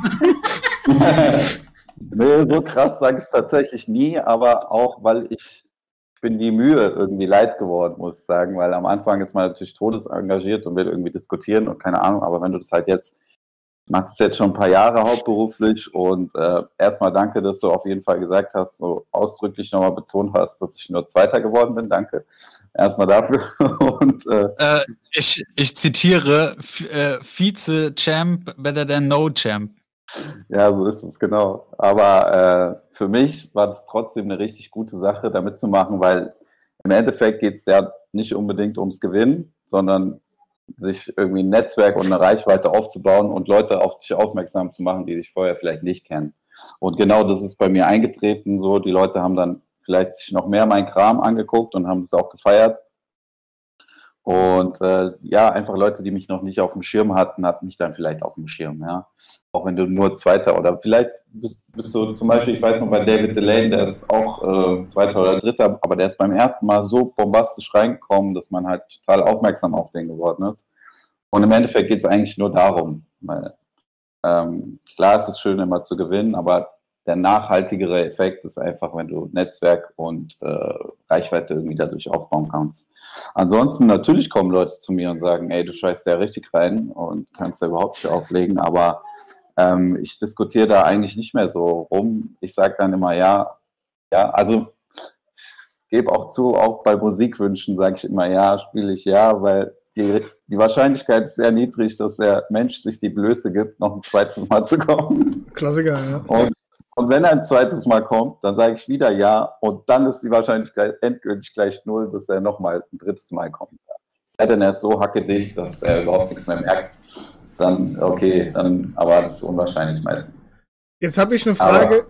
Nee, so krass sage ich es tatsächlich nie, aber auch, weil ich bin die Mühe irgendwie leid geworden, muss ich sagen, weil am Anfang ist man natürlich todesengagiert und will irgendwie diskutieren und keine Ahnung, aber wenn du das halt jetzt, machst es jetzt schon ein paar Jahre hauptberuflich und erstmal danke, dass du auf jeden Fall gesagt hast, so ausdrücklich nochmal betont hast, dass ich nur Zweiter geworden bin, danke. Erstmal dafür. Und, ich zitiere, Vize-Champ better than no Champ. Ja, so ist es, genau. Aber für mich war das trotzdem eine richtig gute Sache, da mitzumachen, weil im Endeffekt geht es ja nicht unbedingt ums Gewinnen, sondern sich irgendwie ein Netzwerk und eine Reichweite aufzubauen und Leute auf dich aufmerksam zu machen, die dich vorher vielleicht nicht kennen. Und genau das ist bei mir eingetreten. So, die Leute haben dann vielleicht sich noch mehr meinen Kram angeguckt und haben es auch gefeiert. Und ja, einfach Leute, die mich noch nicht auf dem Schirm hatten, hatten mich dann vielleicht auf dem Schirm, ja. Auch wenn du nur Zweiter oder vielleicht bist du zum Beispiel, ich weiß noch, bei David Delane, der ist auch Zweiter oder Dritter, aber der ist beim ersten Mal so bombastisch reingekommen, dass man halt total aufmerksam auf den geworden ist. Und im Endeffekt geht es eigentlich nur darum, weil klar ist es schön, immer zu gewinnen, aber der nachhaltigere Effekt ist einfach, wenn du Netzwerk und Reichweite irgendwie dadurch aufbauen kannst. Ansonsten, natürlich kommen Leute zu mir und sagen, ey, du scheißt da richtig rein und kannst da überhaupt nicht auflegen, aber ich diskutiere da eigentlich nicht mehr so rum. Ich sage dann immer ja, also ich gebe auch zu, auch bei Musikwünschen sage ich immer ja, spiele ich ja, weil die Wahrscheinlichkeit ist sehr niedrig, dass der Mensch sich die Blöße gibt, noch ein zweites Mal zu kommen. Klassiker, ja. Und wenn er ein zweites Mal kommt, dann sage ich wieder ja und dann ist die Wahrscheinlichkeit endgültig gleich 0, dass er nochmal ein drittes Mal kommt. Es sei denn, er ist so hackedicht, dass er überhaupt nichts mehr merkt. Dann, okay, aber das ist unwahrscheinlich meistens. Jetzt habe ich eine Frage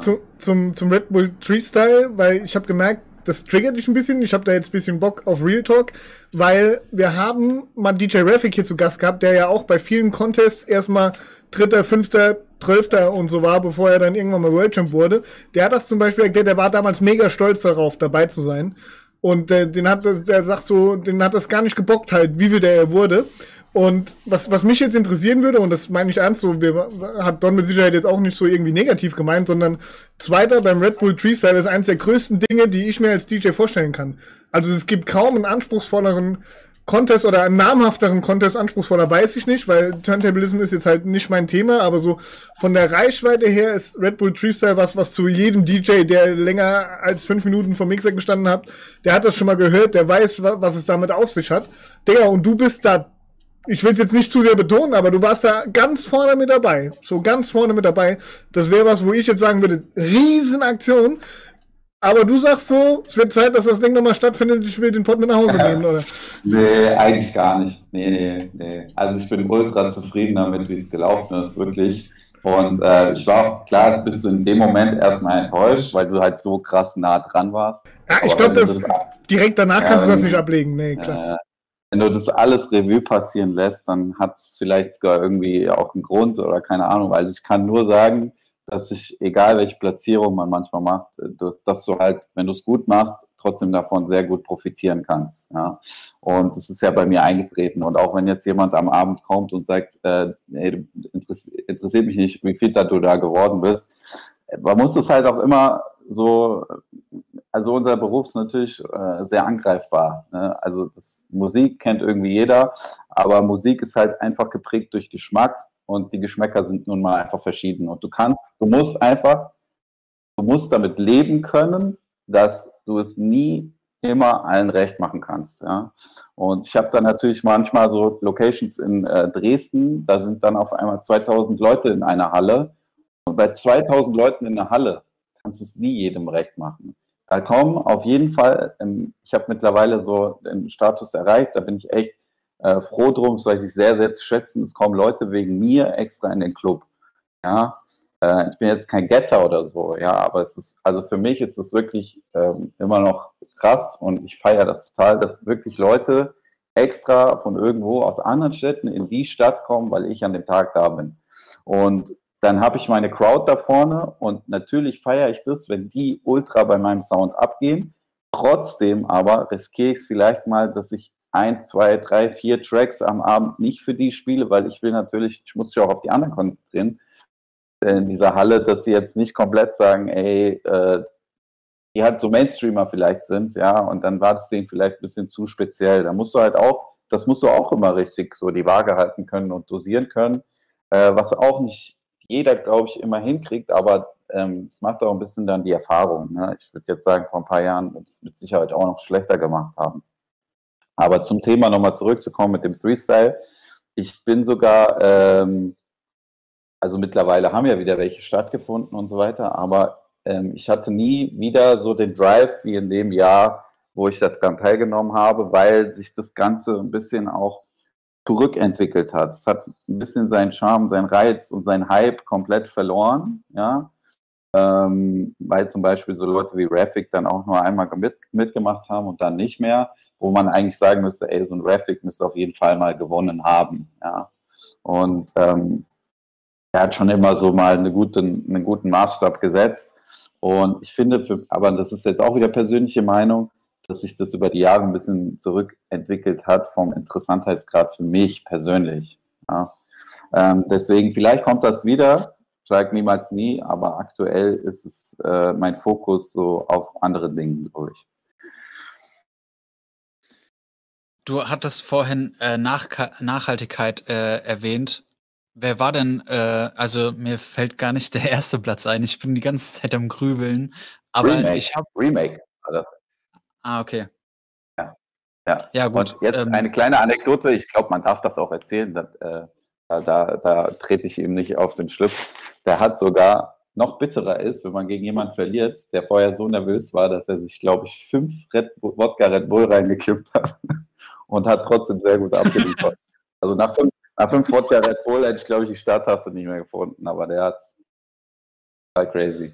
zum Red Bull Freestyle, weil ich habe gemerkt, das triggert dich ein bisschen. Ich habe da jetzt ein bisschen Bock auf Real Talk, weil wir haben mal DJ Raffic hier zu Gast gehabt, der ja auch bei vielen Contests erstmal 3., 5., 12. und so war, bevor er dann irgendwann mal World Champ wurde. Der hat das zum Beispiel erklärt, der war damals mega stolz darauf, dabei zu sein. Und der sagt so, den hat das gar nicht gebockt halt, wie viel der wurde. Und was mich jetzt interessieren würde, und das meine ich ernst, so hat Don mit Sicherheit jetzt auch nicht so irgendwie negativ gemeint, sondern Zweiter beim Red Bull Freestyle ist eines der größten Dinge, die ich mir als DJ vorstellen kann. Also es gibt kaum einen anspruchsvolleren Contest oder einen namhafteren Contest, anspruchsvoller weiß ich nicht, weil Turntablism ist jetzt halt nicht mein Thema, aber so von der Reichweite her ist Red Bull Freestyle was zu jedem DJ, der länger als 5 Minuten vom Mixer gestanden hat, der hat das schon mal gehört, der weiß, was es damit auf sich hat. Digga, und du bist da, ich will es jetzt nicht zu sehr betonen, aber du warst da ganz vorne mit dabei. So ganz vorne mit dabei. Das wäre was, wo ich jetzt sagen würde, Riesenaktion. Aber du sagst so, es wird Zeit, dass das Ding nochmal stattfindet, ich will den Pott mit nach Hause nehmen, oder? Nee, eigentlich gar nicht. Nee. Also ich bin ultra zufrieden damit, wie es gelaufen ist, wirklich. Und ich war auch, klar, bist du in dem Moment erstmal enttäuscht, weil du halt so krass nah dran warst. Ja, ich glaube, direkt danach kannst du das nicht ablegen, nee, klar. Wenn du das alles Revue passieren lässt, dann hat es vielleicht sogar irgendwie auch einen Grund oder keine Ahnung, weil ich kann nur sagen, dass ich, egal welche Platzierung man manchmal macht, dass du halt, wenn du es gut machst, trotzdem davon sehr gut profitieren kannst. Ja? Und das ist ja bei mir eingetreten. Und auch wenn jetzt jemand am Abend kommt und sagt, nee, interessiert mich nicht, wie fit du da geworden bist, man muss das halt auch immer so, also unser Beruf ist natürlich sehr angreifbar. Ne? Also Musik kennt irgendwie jeder, aber Musik ist halt einfach geprägt durch Geschmack. Und die Geschmäcker sind nun mal einfach verschieden. Und du musst damit leben können, dass du es nie immer allen recht machen kannst. Ja? Und ich habe dann natürlich manchmal so Locations in Dresden, da sind dann auf einmal 2000 Leute in einer Halle. Und bei 2000 Leuten in der Halle kannst du es nie jedem recht machen. Da kommen auf jeden Fall, ich habe mittlerweile so den Status erreicht, da bin ich echt froh drum, das weiß ich sehr, sehr zu schätzen. Es kommen Leute wegen mir extra in den Club. Ja, ich bin jetzt kein Getter oder so, ja, aber es ist, also für mich ist es wirklich immer noch krass und ich feiere das total, dass wirklich Leute extra von irgendwo aus anderen Städten in die Stadt kommen, weil ich an dem Tag da bin. Und dann habe ich meine Crowd da vorne und natürlich feiere ich das, wenn die ultra bei meinem Sound abgehen. Trotzdem aber riskiere ich es vielleicht mal, dass ich 1, 2, 3, 4 Tracks am Abend nicht für die spiele, weil ich will natürlich, ich muss mich auch auf die anderen konzentrieren in dieser Halle, dass sie jetzt nicht komplett sagen, ey, die halt so Mainstreamer vielleicht sind, ja, und dann war das denen vielleicht ein bisschen zu speziell. Da musst du halt auch, das musst du auch immer richtig so die Waage halten können und dosieren können, was auch nicht jeder, glaube ich, immer hinkriegt, aber es macht auch ein bisschen dann die Erfahrung. Ne? Ich würde jetzt sagen, vor ein paar Jahren wird es mit Sicherheit auch noch schlechter gemacht haben. Aber zum Thema nochmal zurückzukommen mit dem Freestyle. Ich bin sogar, also mittlerweile haben ja wieder welche stattgefunden und so weiter, aber ich hatte nie wieder so den Drive wie in dem Jahr, wo ich daran teilgenommen habe, weil sich das Ganze ein bisschen auch zurückentwickelt hat. Es hat ein bisschen seinen Charme, seinen Reiz und seinen Hype komplett verloren, ja. Weil zum Beispiel so Leute wie Rafik dann auch nur einmal mitgemacht haben und dann nicht mehr, wo man eigentlich sagen müsste, ey, so ein Rafik müsste auf jeden Fall mal gewonnen haben, ja. Und er hat schon immer so mal einen guten Maßstab gesetzt. Und ich finde, aber das ist jetzt auch wieder persönliche Meinung, dass sich das über die Jahre ein bisschen zurückentwickelt hat vom Interessantheitsgrad für mich persönlich. Ja. Deswegen, vielleicht kommt das wieder, sage niemals nie, aber aktuell ist es mein Fokus so auf andere Dinge, glaube ich. Du hattest vorhin Nachhaltigkeit erwähnt. Wer war denn, also mir fällt gar nicht der erste Platz ein. Ich bin die ganze Zeit am Grübeln. Aber Remake. Also, okay. Ja. Ja, gut. Und jetzt eine kleine Anekdote. Ich glaube, man darf das auch erzählen. Da trete ich ihm nicht auf den Schlips. Der hat sogar noch bitterer ist, wenn man gegen jemanden verliert, der vorher so nervös war, dass er sich, glaube ich, 5 Wodka Red Bull reingekippt hat und hat trotzdem sehr gut abgeliefert. Also nach 5 Wodka Red Bull hätte ich, glaube ich, die Starttaste nicht mehr gefunden, aber der hat's total crazy.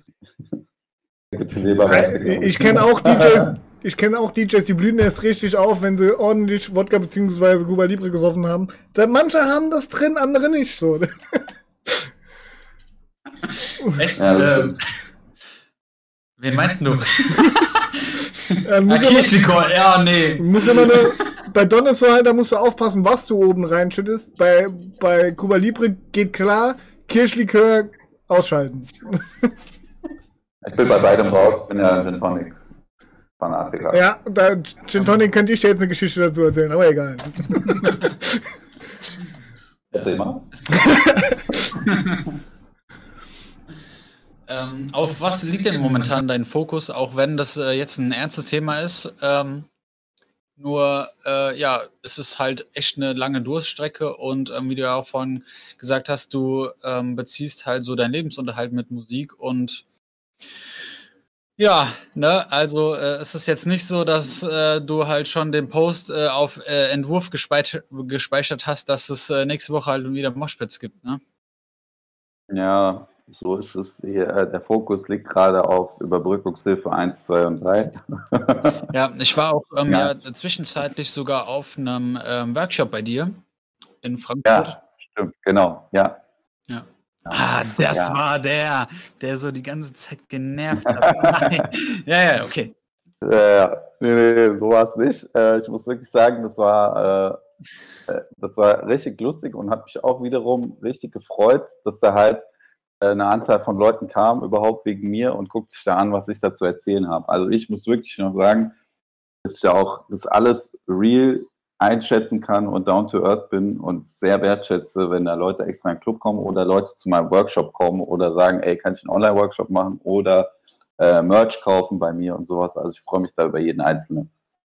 Ich kenne auch DJs, die blühen erst richtig auf, wenn sie ordentlich Wodka bzw. Cuba Libre gesoffen haben. Manche haben das drin, andere nicht so. Echt? Wen meinst du? Kirschlikör, ja, nee. Bei Don ist so halt, da musst du aufpassen, was du oben reinschüttest. Bei Cuba Libre geht klar, Kirschlikör ausschalten. Ich bin bei beidem raus, bin ja ein Gin Tonic Fanatiker. Ja, bei Gin Tonic könnte ich dir jetzt eine Geschichte dazu erzählen, aber egal. Erzähl mal. Auf was liegt denn momentan dein Fokus, auch wenn das jetzt ein ernstes Thema ist? Nur, es ist halt echt eine lange Durststrecke und wie du ja auch vorhin gesagt hast, du beziehst halt so deinen Lebensunterhalt mit Musik und ja, ne, also es ist jetzt nicht so, dass du halt schon den Post auf Entwurf gespeichert hast, dass es nächste Woche halt wieder Moshpits gibt, ne? Ja, so ist es hier. Der Fokus liegt gerade auf Überbrückungshilfe 1, 2 und 3. Ja, ich war auch zwischenzeitlich sogar auf einem Workshop bei dir in Frankfurt. Ja, stimmt, genau, ja. Ja. Das war der so die ganze Zeit genervt hat. Ja, okay. Nee, so war es nicht. Ich muss wirklich sagen, das war richtig lustig und hat mich auch wiederum richtig gefreut, dass da halt eine Anzahl von Leuten kam, überhaupt wegen mir und guckt sich da an, was ich da zu erzählen habe. Also ich muss wirklich noch sagen, dass ich ja auch das alles real einschätzen kann und down to earth bin und sehr wertschätze, wenn da Leute extra in den Club kommen oder Leute zu meinem Workshop kommen oder sagen, ey, kann ich einen Online-Workshop machen oder Merch kaufen bei mir und sowas. Also ich freue mich da über jeden Einzelnen.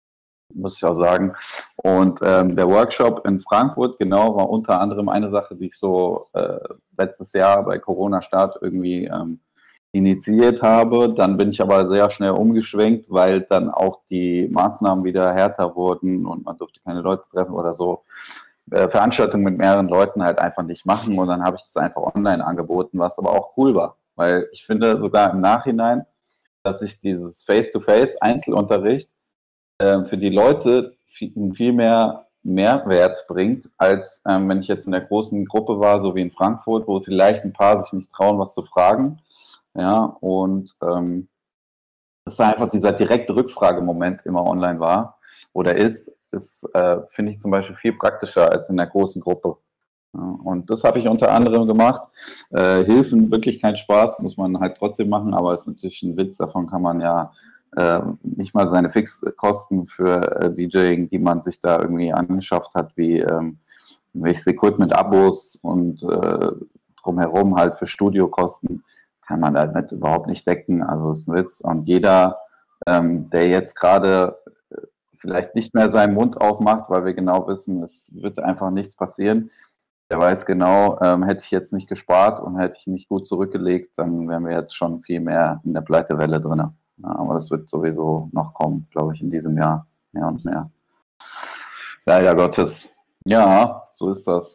muss ich auch sagen. Und der Workshop in Frankfurt, genau, war unter anderem eine Sache, die ich so letztes Jahr bei Corona-Start irgendwie initiiert habe. Dann bin ich aber sehr schnell umgeschwenkt, weil dann auch die Maßnahmen wieder härter wurden und man durfte keine Leute treffen oder so. Veranstaltungen mit mehreren Leuten halt einfach nicht machen und dann habe ich das einfach online angeboten, was aber auch cool war, weil ich finde sogar im Nachhinein, dass sich dieses Face-to-Face-Einzelunterricht für die Leute viel mehr Mehrwert bringt, als wenn ich jetzt in der großen Gruppe war, so wie in Frankfurt, wo vielleicht ein paar sich nicht trauen, was zu fragen. Ja, und dass da einfach dieser direkte Rückfragemoment immer online war oder ist finde ich zum Beispiel viel praktischer als in der großen Gruppe. Ja, und das habe ich unter anderem gemacht. Hilfen, wirklich kein Spaß, muss man halt trotzdem machen, aber es ist natürlich ein Witz, davon kann man ja nicht mal seine Fixkosten für DJing, die man sich da irgendwie angeschafft hat, wie welches Equipment, Abos und drumherum halt für Studiokosten, kann man damit überhaupt nicht decken. Also ist ein Witz. Und jeder, der jetzt gerade vielleicht nicht mehr seinen Mund aufmacht, weil wir genau wissen, es wird einfach nichts passieren. Der weiß genau, hätte ich jetzt nicht gespart und hätte ich nicht gut zurückgelegt, dann wären wir jetzt schon viel mehr in der Pleitewelle drin. Ja, aber das wird sowieso noch kommen, glaube ich, in diesem Jahr mehr und mehr. Leider Gottes. Ja, so ist das.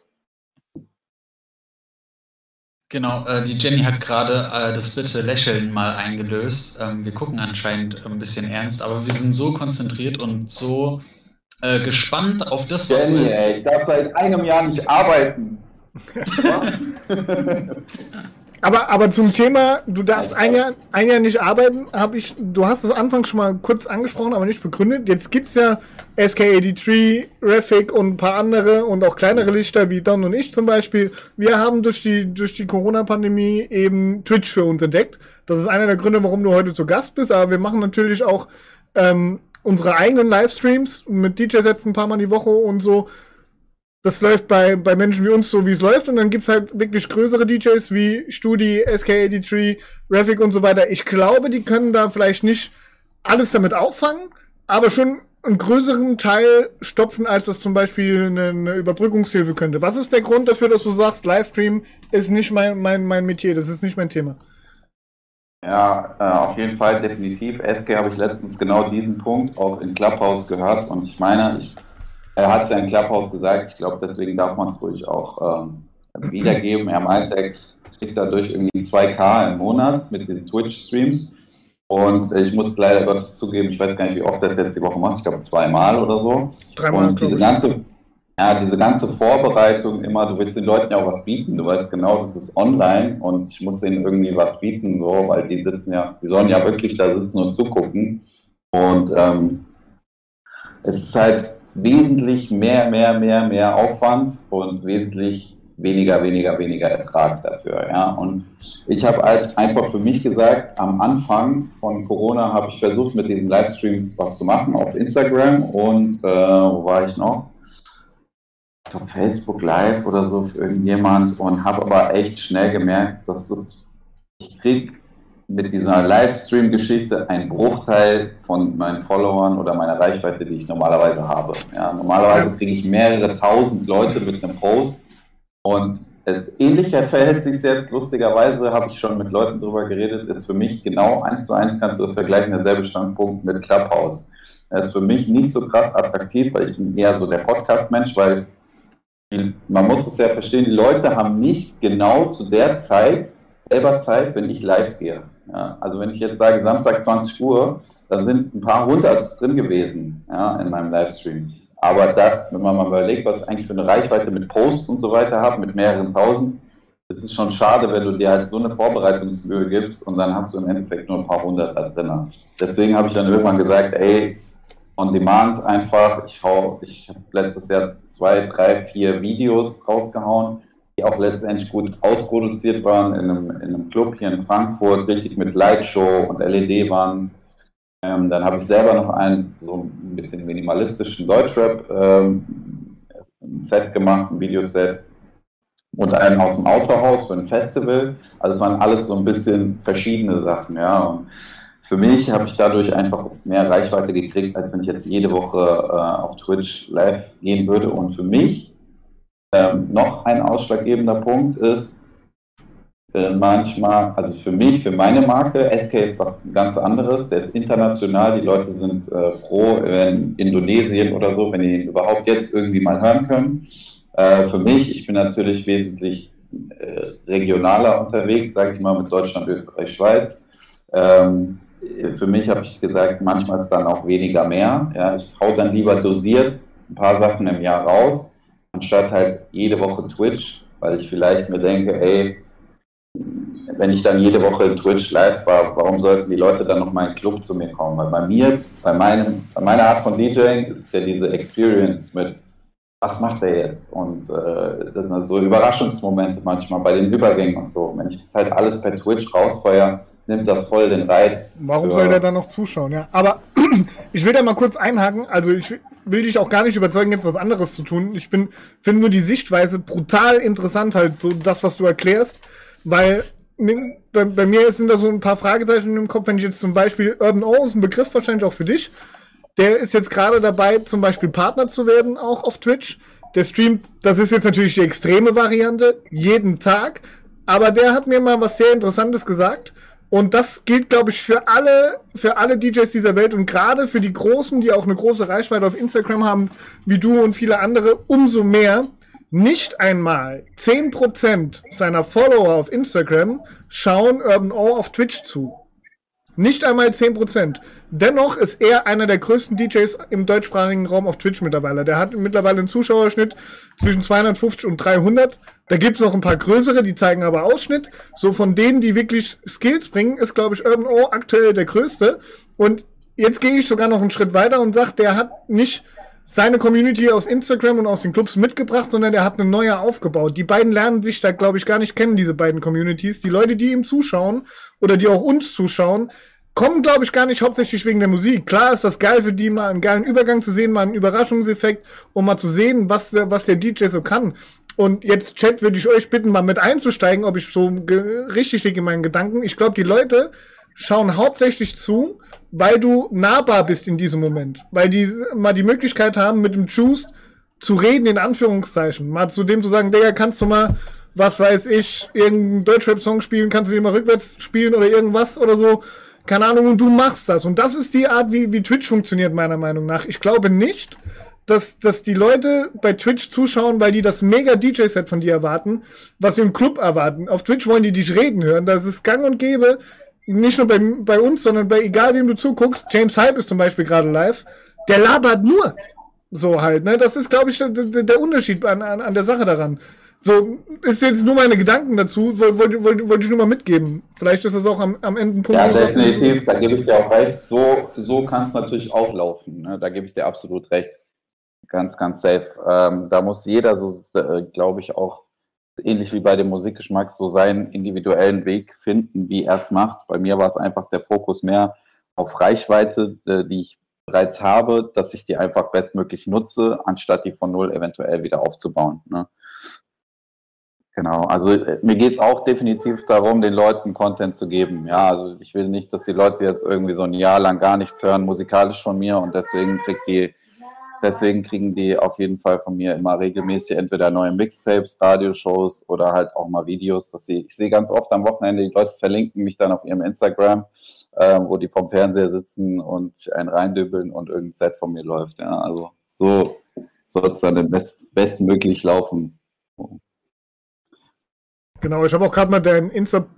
Genau, die Jenny hat gerade das Bitte Lächeln mal eingelöst. Wir gucken anscheinend ein bisschen ernst, aber wir sind so konzentriert und so gespannt auf das, was Jenny, ey, ich darf seit einem Jahr nicht arbeiten. Aber zum Thema, du darfst ein Jahr nicht arbeiten, du hast es anfangs schon mal kurz angesprochen, aber nicht begründet. Jetzt gibt's ja SK83, Refik und ein paar andere und auch kleinere Lichter wie Don und ich zum Beispiel. Wir haben durch die Corona-Pandemie eben Twitch für uns entdeckt. Das ist einer der Gründe, warum du heute zu Gast bist, aber wir machen natürlich auch unsere eigenen Livestreams mit DJ-Sets ein paar Mal die Woche und so. Das läuft bei Menschen wie uns so, wie es läuft. Und dann gibt's halt wirklich größere DJs wie Studi, SK83, Refik und so weiter. Ich glaube, die können da vielleicht nicht alles damit auffangen, aber schon einen größeren Teil stopfen, als das zum Beispiel eine Überbrückungshilfe könnte. Was ist der Grund dafür, dass du sagst, Livestream ist nicht mein Metier, das ist nicht mein Thema? Ja, auf jeden Fall, definitiv. SK habe ich letztens genau diesen Punkt auch in Clubhouse gehört und ich meine, er hat es ja in Clubhouse gesagt, ich glaube, deswegen darf man es ruhig auch wiedergeben. Er meinte, er kriegt dadurch irgendwie 2K im Monat mit diesen Twitch-Streams. Und ich muss leider Gottes zugeben, ich weiß gar nicht, wie oft das jetzt die Woche macht, ich glaube 2-mal oder so. 3-mal, und diese ganze Vorbereitung immer, du willst den Leuten ja auch was bieten, du weißt genau, das ist online und ich muss denen irgendwie was bieten, so, weil die sollen ja wirklich da sitzen und zugucken. Und es ist halt wesentlich mehr Aufwand und wesentlich weniger Ertrag dafür, ja. Und ich habe halt einfach für mich gesagt, am Anfang von Corona habe ich versucht, mit diesen Livestreams was zu machen auf Instagram und wo war ich noch? Ich glaube Facebook Live oder so für irgendjemand und habe aber echt schnell gemerkt, ich kriege mit dieser Livestream-Geschichte einen Bruchteil von meinen Followern oder meiner Reichweite, die ich normalerweise habe. Ja, normalerweise kriege ich mehrere tausend Leute mit einem Post und ähnlicher verhält sich jetzt, lustigerweise habe ich schon mit Leuten drüber geredet, ist für mich genau 1:1 kannst du das vergleichen, derselbe Standpunkt mit Clubhouse. Das ist für mich nicht so krass attraktiv, weil ich bin eher so der Podcast-Mensch, weil man muss es ja verstehen, die Leute haben nicht genau zu der Zeit selber Zeit, wenn ich live gehe. Ja, also wenn ich jetzt sage, Samstag 20 Uhr, da sind ein paar hundert drin gewesen, ja, in meinem Livestream. Aber wenn man mal überlegt, was ich eigentlich für eine Reichweite mit Posts und so weiter habe, mit mehreren tausend, ist es schon schade, wenn du dir halt so eine Vorbereitungsmühe gibst und dann hast du im Endeffekt nur ein paar hundert da drin. Deswegen habe ich dann irgendwann gesagt, ey, on demand einfach, ich habe letztes Jahr 2, 3, 4 Videos rausgehauen, die auch letztendlich gut ausproduziert waren in einem Club hier in Frankfurt, richtig mit Lightshow und LED-Wand. Dann habe ich selber noch so ein bisschen minimalistischen Deutschrap ein Set gemacht, ein Videoset und einen aus dem Autohaus für ein Festival. Also es waren alles so ein bisschen verschiedene Sachen, ja. Und für mich habe ich dadurch einfach mehr Reichweite gekriegt, als wenn ich jetzt jede Woche auf Twitch live gehen würde. Und für mich noch ein ausschlaggebender Punkt ist, manchmal, also für mich, für meine Marke, SK ist was ganz anderes, der ist international, die Leute sind froh in Indonesien oder so, wenn die ihn überhaupt jetzt irgendwie mal hören können. Für mich, ich bin natürlich wesentlich regionaler unterwegs, sage ich mal, mit Deutschland, Österreich, Schweiz. Für mich habe ich gesagt, manchmal ist dann auch weniger mehr. Ja, ich hau dann lieber dosiert ein paar Sachen im Jahr raus, anstatt halt jede Woche Twitch, weil ich vielleicht mir denke, ey, wenn ich dann jede Woche in Twitch live war, warum sollten die Leute dann noch mal in den Club zu mir kommen? Weil bei mir, bei meiner Art von DJing ist es ja diese Experience mit, was macht er jetzt? Und das sind also so Überraschungsmomente manchmal bei den Übergängen und so. Wenn ich das halt alles per Twitch rausfeuere, nimmt das voll den Reiz. Warum soll der dann noch zuschauen? Ja, aber ich will da mal kurz einhaken. Also ich will dich auch gar nicht überzeugen, jetzt was anderes zu tun. Ich finde nur die Sichtweise brutal interessant, halt so das, was du erklärst. Weil bei mir sind da so ein paar Fragezeichen im Kopf, wenn ich jetzt zum Beispiel Urban O ist ein Begriff wahrscheinlich auch für dich. Der ist jetzt gerade dabei, zum Beispiel Partner zu werden, auch auf Twitch. Der streamt, das ist jetzt natürlich die extreme Variante, jeden Tag. Aber der hat mir mal was sehr Interessantes gesagt. Und das gilt, glaube ich, für alle DJs dieser Welt und gerade für die Großen, die auch eine große Reichweite auf Instagram haben, wie du und viele andere, umso mehr. Nicht einmal 10% seiner Follower auf Instagram schauen Urban O auf Twitch zu. Nicht einmal 10%. Dennoch ist er einer der größten DJs im deutschsprachigen Raum auf Twitch mittlerweile. Der hat mittlerweile einen Zuschauerschnitt zwischen 250 und 300. Da gibt's noch ein paar größere, die zeigen aber Ausschnitt. So von denen, die wirklich Skills bringen, ist, glaube ich, Urban O aktuell der größte. Und jetzt gehe ich sogar noch einen Schritt weiter und sage, der hat nicht seine Community aus Instagram und aus den Clubs mitgebracht, sondern der hat eine neue aufgebaut. Die beiden lernen sich da, glaube ich, gar nicht kennen, diese beiden Communities. Die Leute, die ihm zuschauen oder die auch uns zuschauen, kommen, glaube ich, gar nicht hauptsächlich wegen der Musik. Klar ist das geil für die, mal einen geilen Übergang zu sehen, mal einen Überraschungseffekt, um mal zu sehen, was der DJ so kann. Und jetzt, Chat, würde ich euch bitten, mal mit einzusteigen, ob ich so richtig liege in meinen Gedanken. Ich glaube, die Leute schauen hauptsächlich zu, weil du nahbar bist in diesem Moment. Weil die mal die Möglichkeit haben, mit dem Juice zu reden, in Anführungszeichen. Mal zu dem zu sagen, Digga, kannst du mal, was weiß ich, irgendeinen Deutschrap-Song spielen, kannst du den mal rückwärts spielen oder irgendwas oder so. Keine Ahnung, und du machst das. Und das ist die Art, wie Twitch funktioniert, meiner Meinung nach. Ich glaube nicht, dass die Leute bei Twitch zuschauen, weil die das mega DJ-Set von dir erwarten, was sie im Club erwarten. Auf Twitch wollen die dich reden hören. Das ist gang und gäbe, nicht nur bei uns, sondern bei egal wem du zuguckst. James Hype ist zum Beispiel gerade live. Der labert nur. So halt, ne? Das ist, glaube ich, der Unterschied an der Sache daran. So, ist jetzt nur meine Gedanken dazu, wollte ich nur mal mitgeben. Vielleicht ist das auch am Ende ein Punkt. Ja, definitiv, da gebe ich dir auch recht. So kann es natürlich auch laufen, ne? Da gebe ich dir absolut recht. Ganz, ganz safe. Da muss jeder, so glaube ich, auch ähnlich wie bei dem Musikgeschmack, so seinen individuellen Weg finden, wie er es macht. Bei mir war es einfach der Fokus mehr auf Reichweite, die ich bereits habe, dass ich die einfach bestmöglich nutze, anstatt die von null eventuell wieder aufzubauen, ne? Genau, also mir geht es auch definitiv darum, den Leuten Content zu geben. Ja, also ich will nicht, dass die Leute jetzt irgendwie so ein Jahr lang gar nichts hören, musikalisch von mir, und deswegen kriegen die auf jeden Fall von mir immer regelmäßig entweder neue Mixtapes, Radioshows oder halt auch mal Videos. Ich sehe ganz oft am Wochenende, die Leute verlinken mich dann auf ihrem Instagram, wo die vom Fernseher sitzen und einen reindübeln und irgendein Set von mir läuft. Ja, also so soll es dann bestmöglich laufen. Genau, ich habe auch gerade mal deinen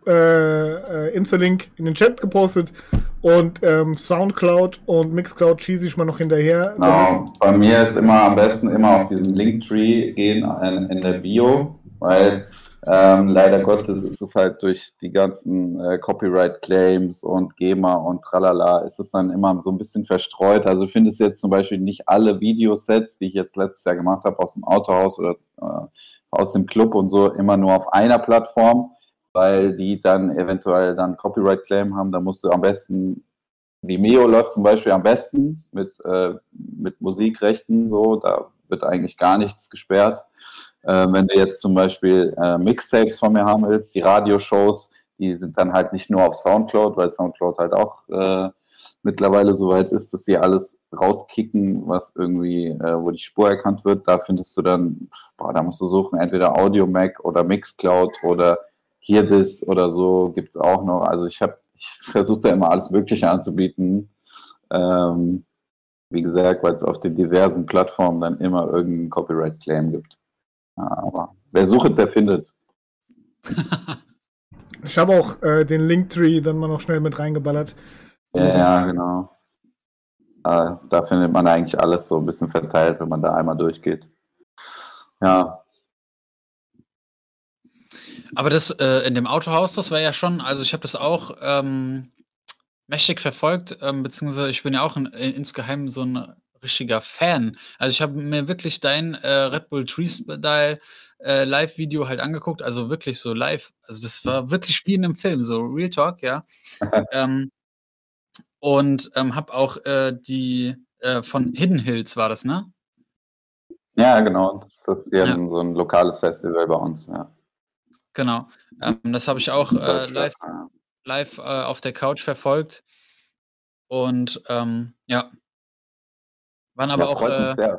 Insta-Link in den Chat gepostet und Soundcloud und Mixcloud schieße ich mal noch hinterher. Genau, bei mir ist immer am besten immer auf diesen Linktree gehen in der Bio, weil leider Gottes ist es halt durch die ganzen Copyright-Claims und GEMA und tralala, ist es dann immer so ein bisschen verstreut. Also ich finde es jetzt zum Beispiel nicht alle Videosets, die ich jetzt letztes Jahr gemacht habe aus dem Autohaus oder aus dem Club und so, immer nur auf einer Plattform, weil die dann eventuell dann Copyright-Claim haben. Da musst du am besten, Vimeo läuft zum Beispiel am besten mit Musikrechten, so, da wird eigentlich gar nichts gesperrt. Wenn du jetzt zum Beispiel Mixtapes von mir haben willst, die Radioshows, die sind dann halt nicht nur auf Soundcloud, weil Soundcloud halt auch mittlerweile so weit ist, dass sie alles rauskicken, was irgendwie, wo die Spur erkannt wird. Da findest du dann, da musst du suchen, entweder Audio-Mac oder Mixcloud oder Hearthis oder so gibt's auch noch. Also ich versuche da immer alles Mögliche anzubieten. Wie gesagt, weil es auf den diversen Plattformen dann immer irgendeinen Copyright-Claim gibt. Ja, aber wer sucht, der findet. Ich habe auch den Linktree dann mal noch schnell mit reingeballert. Ja, genau. Da findet man eigentlich alles so ein bisschen verteilt, wenn man da einmal durchgeht. Ja. Aber das in dem Autohaus, das war ja schon, also ich habe das auch mächtig verfolgt, beziehungsweise ich bin ja auch insgeheim so ein richtiger Fan. Also ich habe mir wirklich dein Red Bull Freestyle Live-Video halt angeguckt, also wirklich so live. Also das war wirklich wie in einem Film, so Real Talk, ja. Und habe auch die von Hidden Hills war das, ne? Ja, genau. Das ist ja so ein lokales Festival bei uns, ja. Genau. Das habe ich auch live auf der Couch verfolgt. Und ja. Waren aber auch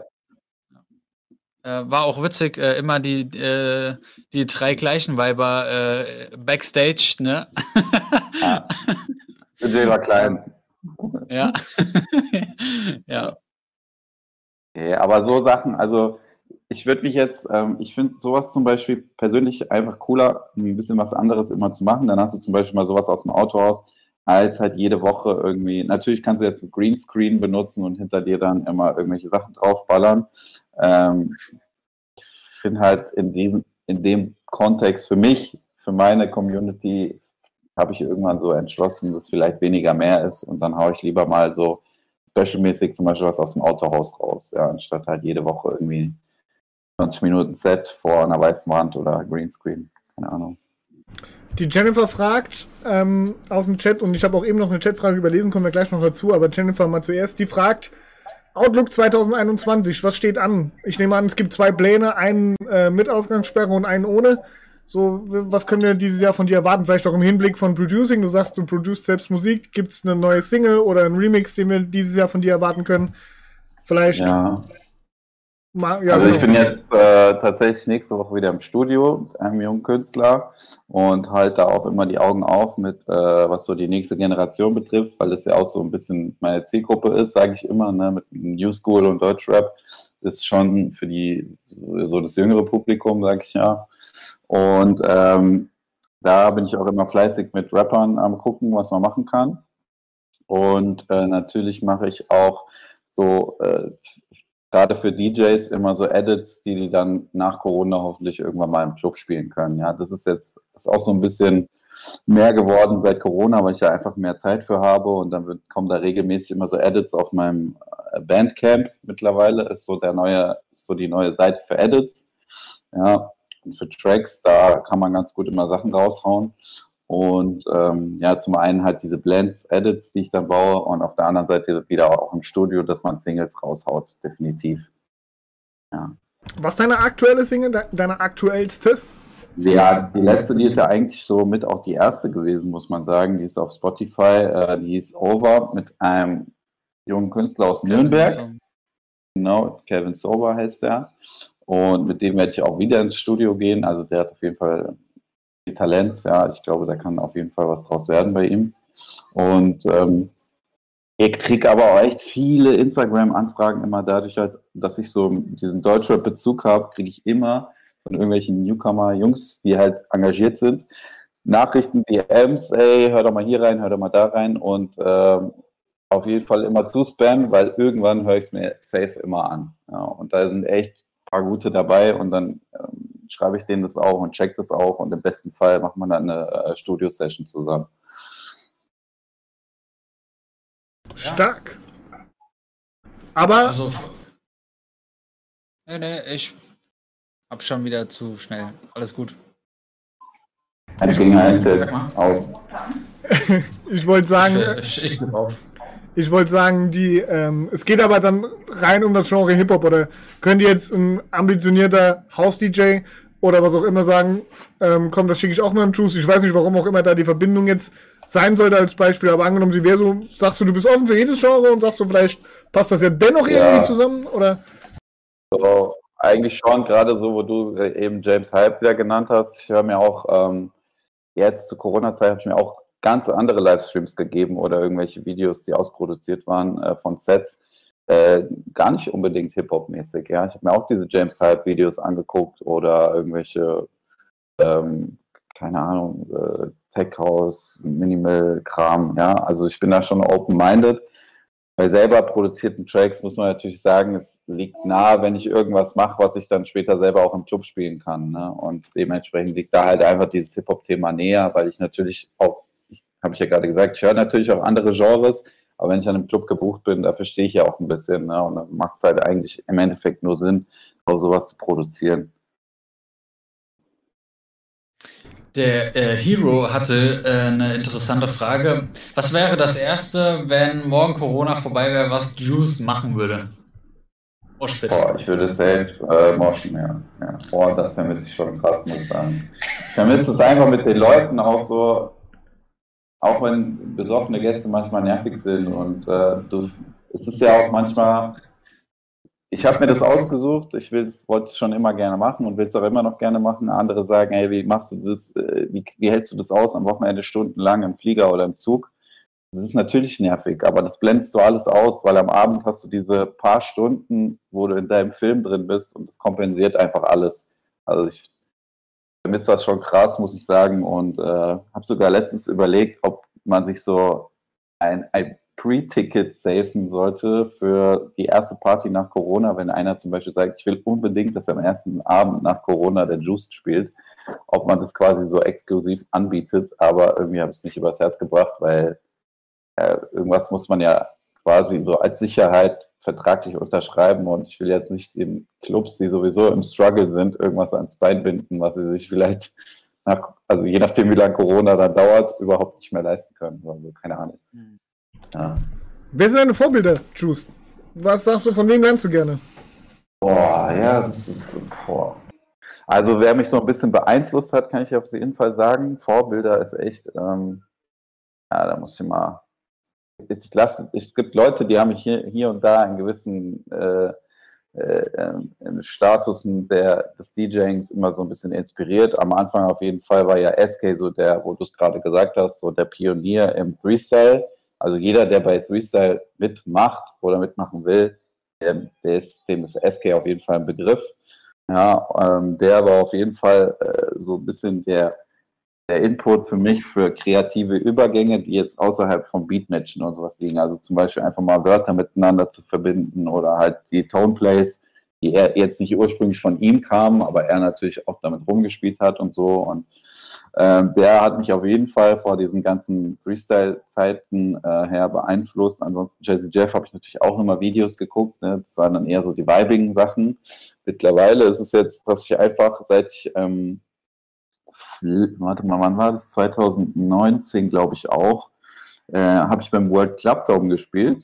war auch witzig, immer die 3 gleichen Weiber Backstage, ne? Ja. Budget war klein. Ja. Ja. Okay, aber so Sachen, also ich würde mich jetzt, ich finde sowas zum Beispiel persönlich einfach cooler, ein bisschen was anderes immer zu machen. Dann hast du zum Beispiel mal sowas aus dem Autohaus, als halt jede Woche irgendwie, natürlich kannst du jetzt ein Greenscreen benutzen und hinter dir dann immer irgendwelche Sachen draufballern. Ich finde halt in dem Kontext für mich, für meine Community, habe ich irgendwann so entschlossen, dass vielleicht weniger mehr ist und dann haue ich lieber mal so specialmäßig zum Beispiel was aus dem Autohaus raus, ja, anstatt halt jede Woche irgendwie 20 Minuten Set vor einer weißen Wand oder Greenscreen, keine Ahnung. Die Jennifer fragt aus dem Chat, und ich habe auch eben noch eine Chatfrage überlesen, kommen wir gleich noch dazu, aber Jennifer mal zuerst, die fragt, Outlook 2021, was steht an? Ich nehme an, es gibt 2 Pläne, einen mit Ausgangssperre und einen ohne. So, was können wir dieses Jahr von dir erwarten? Vielleicht auch im Hinblick von Producing. Du sagst, du produzierst selbst Musik. Gibt es eine neue Single oder einen Remix, den wir dieses Jahr von dir erwarten können? Vielleicht. Ja. Also ich bin jetzt tatsächlich nächste Woche wieder im Studio mit einem jungen Künstler und halte da auch immer die Augen auf mit, was so die nächste Generation betrifft, weil es ja auch so ein bisschen meine Zielgruppe ist, sage ich immer, ne, mit New School und Deutschrap ist schon für so das jüngere Publikum, sage ich ja. Und da bin ich auch immer fleißig mit Rappern am gucken, was man machen kann. Und natürlich mache ich auch so gerade für DJs immer so Edits, die dann nach Corona hoffentlich irgendwann mal im Club spielen können. Ja, das ist auch so ein bisschen mehr geworden seit Corona, weil ich ja einfach mehr Zeit für habe und dann kommen da regelmäßig immer so Edits auf meinem Bandcamp mittlerweile, ist so die neue Seite für Edits. Ja, und für Tracks, da kann man ganz gut immer Sachen raushauen. Und ja, zum einen halt diese Blends, Edits, die ich dann baue und auf der anderen Seite wieder auch im Studio, dass man Singles raushaut, definitiv. Ja. Was ist deine aktuelle Single, deine aktuellste? Ja, die letzte, die ist ja eigentlich so mit auch die erste gewesen, muss man sagen. Die ist auf Spotify, die hieß Over mit einem jungen Künstler aus Nürnberg. Genau, Kevin Sober heißt der. Und mit dem werde ich auch wieder ins Studio gehen. Also der hat auf jeden Fall Talent, ja, ich glaube, da kann auf jeden Fall was draus werden bei ihm. Und ich kriege aber auch echt viele Instagram-Anfragen immer dadurch, halt, dass ich so diesen Deutschrap-Bezug habe, kriege ich immer von irgendwelchen Newcomer-Jungs, die halt engagiert sind, Nachrichten, DMs, ey, hör doch mal hier rein, hör doch mal da rein und auf jeden Fall immer zuspammen, weil irgendwann höre ich es mir safe immer an. Ja, und da sind echt ein paar gute dabei und dann schreibe ich denen das auch und check das auch und im besten Fall macht man dann eine Studio-Session zusammen. Stark. Aber... Also, nee, ich hab schon wieder zu schnell. Alles gut. Ich wollte sagen... Ich gebe auf. Ich wollte sagen, es geht aber dann rein um das Genre Hip-Hop, oder könnte jetzt ein ambitionierter House-DJ oder was auch immer sagen, komm, das schicke ich auch mal im Juice. Ich weiß nicht, warum auch immer da die Verbindung jetzt sein sollte als Beispiel, aber angenommen, sie wäre so, sagst du, du bist offen für jedes Genre und sagst du, vielleicht passt das ja dennoch irgendwie zusammen, oder? So, eigentlich schon, gerade so, wo du eben James Hype wieder genannt hast. Ich höre mir auch, jetzt zu Corona-Zeit habe ich mir auch ganz andere Livestreams gegeben oder irgendwelche Videos, die ausproduziert waren von Sets. Gar nicht unbedingt Hip-Hop-mäßig, ja. Ich habe mir auch diese James Hype-Videos angeguckt oder irgendwelche, keine Ahnung, Tech House, Minimal-Kram, ja. Also ich bin da schon open-minded. Bei selber produzierten Tracks muss man natürlich sagen, es liegt nahe, wenn ich irgendwas mache, was ich dann später selber auch im Club spielen kann. Ne? Und dementsprechend liegt da halt einfach dieses Hip-Hop-Thema näher, weil ich natürlich auch, habe ich ja gerade gesagt, ich höre natürlich auch andere Genres, aber wenn ich an einem Club gebucht bin, da verstehe ich ja auch ein bisschen. Ne? Und dann macht es halt eigentlich im Endeffekt nur Sinn, auch sowas zu produzieren. Der Hero hatte eine interessante Frage. Was wäre das Erste, wenn morgen Corona vorbei wäre, was Juice machen würde? Moshpit. Boah, ich würde safe moschen, ja. Boah, das vermisse ich schon krass, muss ich sagen. Ich vermisse es einfach mit den Leuten auch so, auch wenn besoffene Gäste manchmal nervig sind und es ist ja auch manchmal, ich habe mir das ausgesucht, wollte es schon immer gerne machen und will es auch immer noch gerne machen. Andere sagen, hey, wie machst du das, wie hältst du das aus am Wochenende stundenlang im Flieger oder im Zug? Das ist natürlich nervig, aber das blendest du alles aus, weil am Abend hast du diese paar Stunden, wo du in deinem Film drin bist und das kompensiert einfach alles. Also ich vermisse das schon krass, muss ich sagen, und habe sogar letztens überlegt, ob man sich so ein Pre-Ticket safen sollte für die erste Party nach Corona, wenn einer zum Beispiel sagt, ich will unbedingt, dass am ersten Abend nach Corona der Juice spielt, ob man das quasi so exklusiv anbietet, aber irgendwie habe ich es nicht übers Herz gebracht, weil irgendwas muss man ja quasi so als Sicherheit vertraglich unterschreiben und ich will jetzt nicht den Clubs, die sowieso im Struggle sind, irgendwas ans Bein binden, was sie sich vielleicht, also je nachdem wie lange Corona dann dauert, überhaupt nicht mehr leisten können. Also keine Ahnung. Ja. Wer sind deine Vorbilder, Juice? Was sagst du, von wem lernst du gerne? Boah, ja, das ist, also wer mich so ein bisschen beeinflusst hat, kann ich auf jeden Fall sagen. Vorbilder ist echt, ja, da muss ich mal. Es gibt Leute, die haben mich hier und da einen gewissen Status des DJings immer so ein bisschen inspiriert. Am Anfang auf jeden Fall war ja SK so der, wo du es gerade gesagt hast, so der Pionier im Freestyle. Also jeder, der bei Freestyle mitmacht oder mitmachen will, dem ist SK auf jeden Fall ein Begriff. Ja, der war auf jeden Fall so ein bisschen der Input für mich für kreative Übergänge, die jetzt außerhalb vom Beatmatchen und sowas liegen. Also zum Beispiel einfach mal Wörter miteinander zu verbinden oder halt die Toneplays, die er jetzt nicht ursprünglich von ihm kamen, aber er natürlich auch damit rumgespielt hat und so. Und der hat mich auf jeden Fall vor diesen ganzen Freestyle-Zeiten her beeinflusst. Ansonsten Jazzy Jeff habe ich natürlich auch nochmal Videos geguckt. Ne? Das waren dann eher so die vibigen Sachen. Mittlerweile ist es jetzt, dass ich einfach, seit ich warte mal, wann war das? 2019, glaube ich auch. Habe ich beim World Club Dome gespielt,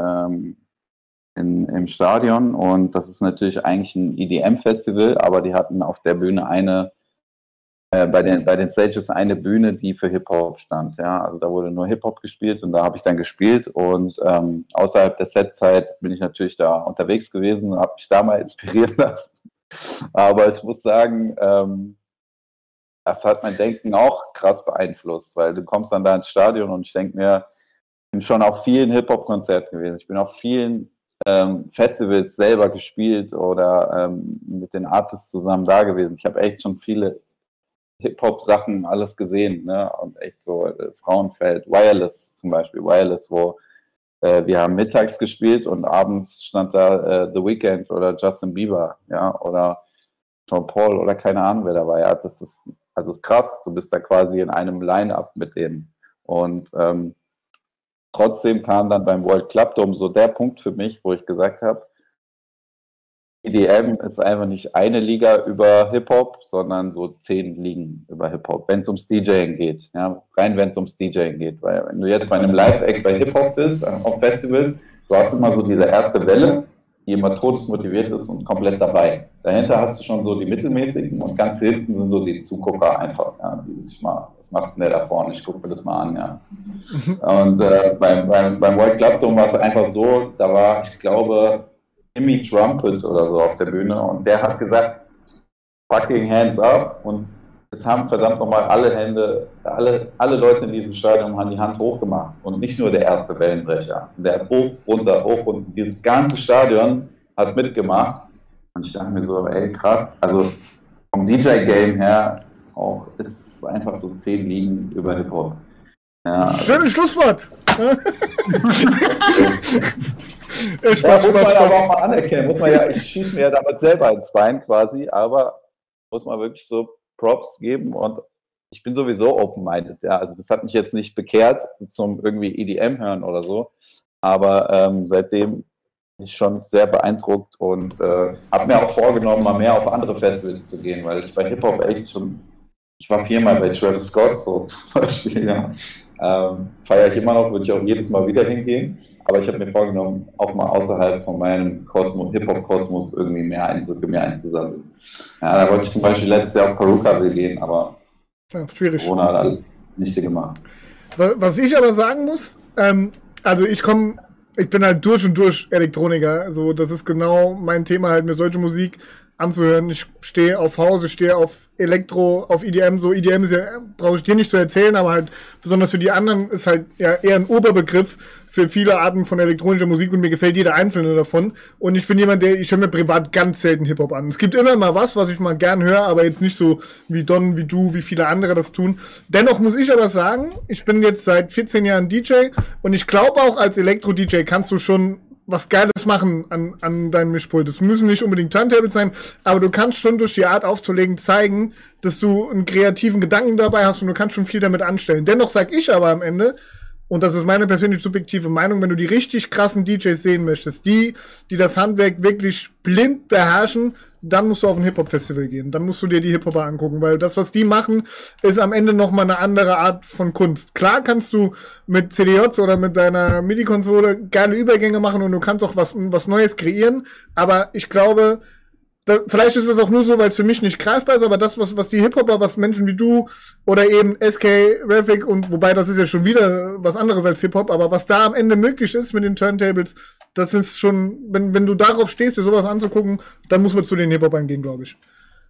im Stadion. Und das ist natürlich eigentlich ein EDM-Festival, aber die hatten auf der Bühne bei den Stages eine Bühne, die für Hip-Hop stand. Ja? Also da wurde nur Hip-Hop gespielt und da habe ich dann gespielt. Und außerhalb der Setzeit bin ich natürlich da unterwegs gewesen und habe mich da mal inspirieren lassen. Aber ich muss sagen, das hat mein Denken auch krass beeinflusst, weil du kommst dann da ins Stadion und ich denke mir, ich bin schon auf vielen Hip-Hop-Konzerten gewesen. Ich bin auf vielen Festivals selber gespielt oder mit den Artists zusammen da gewesen. Ich habe echt schon viele Hip-Hop-Sachen alles gesehen, ne? Und echt so Frauenfeld, Wireless zum Beispiel, Wireless, wo wir haben mittags gespielt und abends stand da The Weeknd oder Justin Bieber, ja, oder Sean Paul oder keine Ahnung, wer dabei hat. Das ist also krass, du bist da quasi in einem Line-Up mit denen. Und trotzdem kam dann beim World Club Dome so der Punkt für mich, wo ich gesagt habe, EDM ist einfach nicht eine Liga über Hip-Hop, sondern so 10 Ligen über Hip-Hop, wenn es ums DJing geht. Ja, rein wenn es ums DJing geht. Weil wenn du jetzt bei einem Live-Act bei Hip-Hop bist, auf Festivals, du hast immer so diese erste Welle, die immer todesmotiviert ist und komplett dabei. Dahinter hast du schon so die mittelmäßigen und ganz hinten sind so die Zugucker einfach, ja, die sich mal, was macht denn der da vorne? Ich gucke mir das mal an, ja. Und beim White Club Dome war es einfach so, da war, ich glaube, Jimmy Trumpet oder so auf der Bühne und der hat gesagt, fucking hands up, und es haben verdammt nochmal alle Hände, alle Leute in diesem Stadion haben die Hand hochgemacht und nicht nur der erste Wellenbrecher. Der hat hoch, runter, dieses ganze Stadion hat mitgemacht und ich dachte mir so, ey krass, also vom DJ-Game her auch ist es einfach so 10 Ligen über Hip-Hop. Ja, also Schönes Schlusswort! Spaß, muss man aber auch mal anerkennen, ich schieße mir ja damit selber ins Bein quasi, aber muss man wirklich so Props geben und ich bin sowieso open-minded, ja, also das hat mich jetzt nicht bekehrt zum irgendwie EDM hören oder so, aber seitdem bin ich schon sehr beeindruckt und habe mir auch vorgenommen, mal mehr auf andere Festivals zu gehen, weil ich bei Hip-Hop echt schon, ich war 4-mal bei Travis Scott, so zum Beispiel, ja, feiere ich immer noch, würde ich auch jedes Mal wieder hingehen, aber ich habe mir vorgenommen, auch mal außerhalb von meinem Hip-Hop-Kosmos irgendwie mehr Eindrücke, mehr einzusammeln. Ja, da wollte ich zum Beispiel letztes Jahr auf Perukaville gehen, aber ja, schwierig. Corona hat alles nicht gemacht. Was ich aber sagen muss, also ich bin halt durch und durch Elektroniker, also das ist genau mein Thema, halt mir solche Musik anzuhören. Ich stehe auf House, ich stehe auf Elektro, auf EDM, so EDM ist ja, brauche ich dir nicht zu erzählen, aber halt besonders für die anderen ist halt ja eher ein Oberbegriff für viele Arten von elektronischer Musik und mir gefällt jeder einzelne davon. Und ich bin jemand, ich höre mir privat ganz selten Hip-Hop an. Es gibt immer mal was ich mal gern höre, aber jetzt nicht so wie Don, wie du, wie viele andere das tun. Dennoch muss ich aber sagen, ich bin jetzt seit 14 Jahren DJ und ich glaube auch als Elektro-DJ kannst du schon was Geiles machen an deinem Mischpult. Es müssen nicht unbedingt Turntables sein, aber du kannst schon durch die Art aufzulegen zeigen, dass du einen kreativen Gedanken dabei hast und du kannst schon viel damit anstellen. Dennoch sag ich aber am Ende, und das ist meine persönlich subjektive Meinung, wenn du die richtig krassen DJs sehen möchtest, die das Handwerk wirklich blind beherrschen, dann musst du auf ein Hip-Hop-Festival gehen. Dann musst du dir die Hip-Hopper angucken, weil das, was die machen, ist am Ende nochmal eine andere Art von Kunst. Klar kannst du mit CDJs oder mit deiner MIDI-Konsole geile Übergänge machen und du kannst auch was Neues kreieren, aber ich glaube, vielleicht ist es auch nur so, weil es für mich nicht greifbar ist, aber das, was die Hip-Hopper, was Menschen wie du oder eben SK, Rafik und wobei das ist ja schon wieder was anderes als Hip-Hop, aber was da am Ende möglich ist mit den Turntables, das ist schon, wenn du darauf stehst, dir sowas anzugucken, dann muss man zu den Hip-Hopern gehen, glaube ich.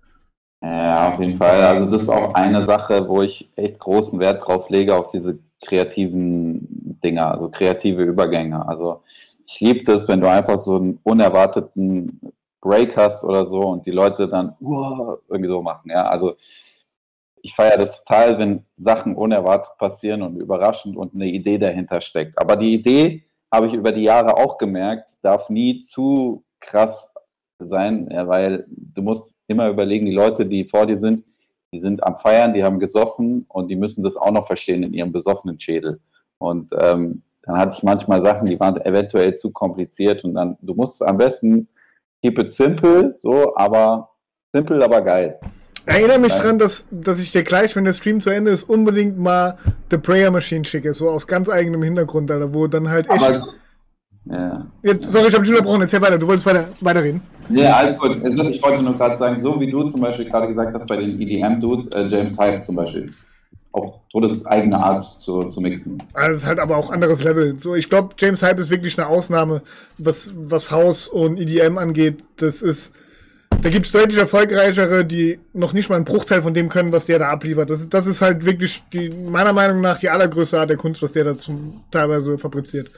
Ja, auf jeden Fall. Also das ist auch eine Sache, wo ich echt großen Wert drauf lege, auf diese kreativen Dinger, also kreative Übergänge. Also ich liebe das, wenn du einfach so einen unerwarteten Break hast oder so und die Leute dann irgendwie so machen. Ja, also ich feiere das total, wenn Sachen unerwartet passieren und überraschend und eine Idee dahinter steckt. Aber die Idee, habe ich über die Jahre auch gemerkt, darf nie zu krass sein, ja, weil du musst immer überlegen, die Leute, die vor dir sind, die sind am Feiern, die haben gesoffen und die müssen das auch noch verstehen in ihrem besoffenen Schädel. Und dann hatte ich manchmal Sachen, die waren eventuell zu kompliziert und dann, du musst am besten keep it simple, so, aber simple, aber geil. Erinnere mich dran, dass ich dir gleich, wenn der Stream zu Ende ist, unbedingt mal The Prayer Machine schicke, so aus ganz eigenem Hintergrund, Alter, wo dann halt echt... Aber, ja. Jetzt, sorry, ich habe dich unterbrochen, erzähl weiter, du wolltest weiterreden. Ja, alles gut. Also ich wollte nur gerade sagen, so wie du zum Beispiel gerade gesagt hast bei den EDM-Dudes, James Hype zum Beispiel, auch Todes eigene Art zu mixen. Also das ist halt aber auch anderes Level. So, ich glaube, James Hype ist wirklich eine Ausnahme, was House und EDM angeht. Das ist... Da gibt es deutlich erfolgreichere, die noch nicht mal einen Bruchteil von dem können, was der da abliefert. Das ist halt wirklich meiner Meinung nach die allergrößte Art der Kunst, was der da teilweise fabriziert.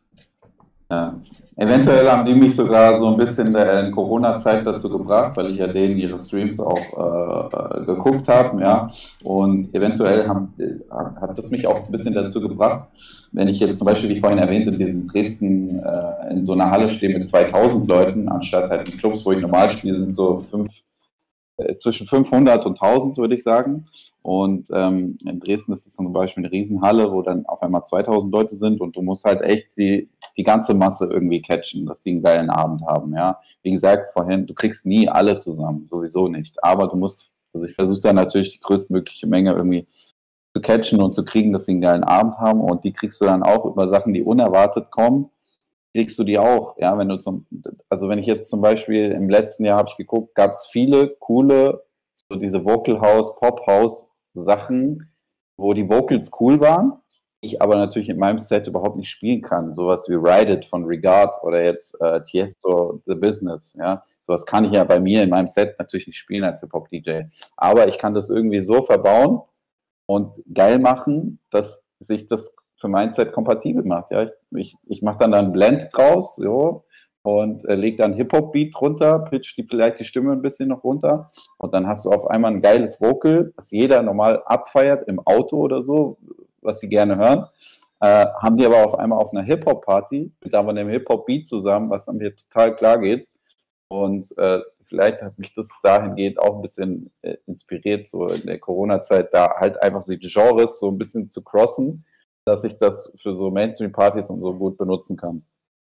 Ja. Eventuell haben die mich sogar so ein bisschen in Corona-Zeit dazu gebracht, weil ich ja denen ihre Streams auch geguckt habe, ja. Und eventuell hat das mich auch ein bisschen dazu gebracht, wenn ich jetzt zum Beispiel, wie vorhin erwähnt, in diesem Dresden in so einer Halle stehe mit 2000 Leuten, anstatt halt in Clubs, wo ich normal spiele, sind so zwischen 500 und 1000, würde ich sagen. Und in Dresden ist es zum Beispiel eine Riesenhalle, wo dann auf einmal 2000 Leute sind und du musst halt echt die ganze Masse irgendwie catchen, dass die einen geilen Abend haben, ja. Wie gesagt vorhin, du kriegst nie alle zusammen, sowieso nicht. Aber also ich versuche dann natürlich die größtmögliche Menge irgendwie zu catchen und zu kriegen, dass sie einen geilen Abend haben und die kriegst du dann auch über Sachen, die unerwartet kommen, kriegst du die auch. Ja, wenn ich jetzt zum Beispiel im letzten Jahr habe ich geguckt, gab es viele coole, so diese Vocal House, Pop House Sachen, wo die Vocals cool waren, ich aber natürlich in meinem Set überhaupt nicht spielen kann. Sowas wie Ride It von Regard oder jetzt Tiesto The Business. Ja, sowas kann ich ja bei mir in meinem Set natürlich nicht spielen als Hip-Hop-DJ. Aber ich kann das irgendwie so verbauen und geil machen, dass sich das für mein Set kompatibel macht. Ja, ich mache dann einen Blend draus, so, und lege dann Hip-Hop-Beat drunter, pitch vielleicht die Stimme ein bisschen noch runter und dann hast du auf einmal ein geiles Vocal, was jeder normal abfeiert im Auto oder so, was sie gerne hören, haben die aber auf einmal auf einer Hip-Hop-Party mit aber einem Hip-Hop-Beat zusammen, was dann mir total klar geht und vielleicht hat mich das dahingehend auch ein bisschen inspiriert, so in der Corona-Zeit da halt einfach die Genres so ein bisschen zu crossen, dass ich das für so Mainstream-Partys und so gut benutzen kann.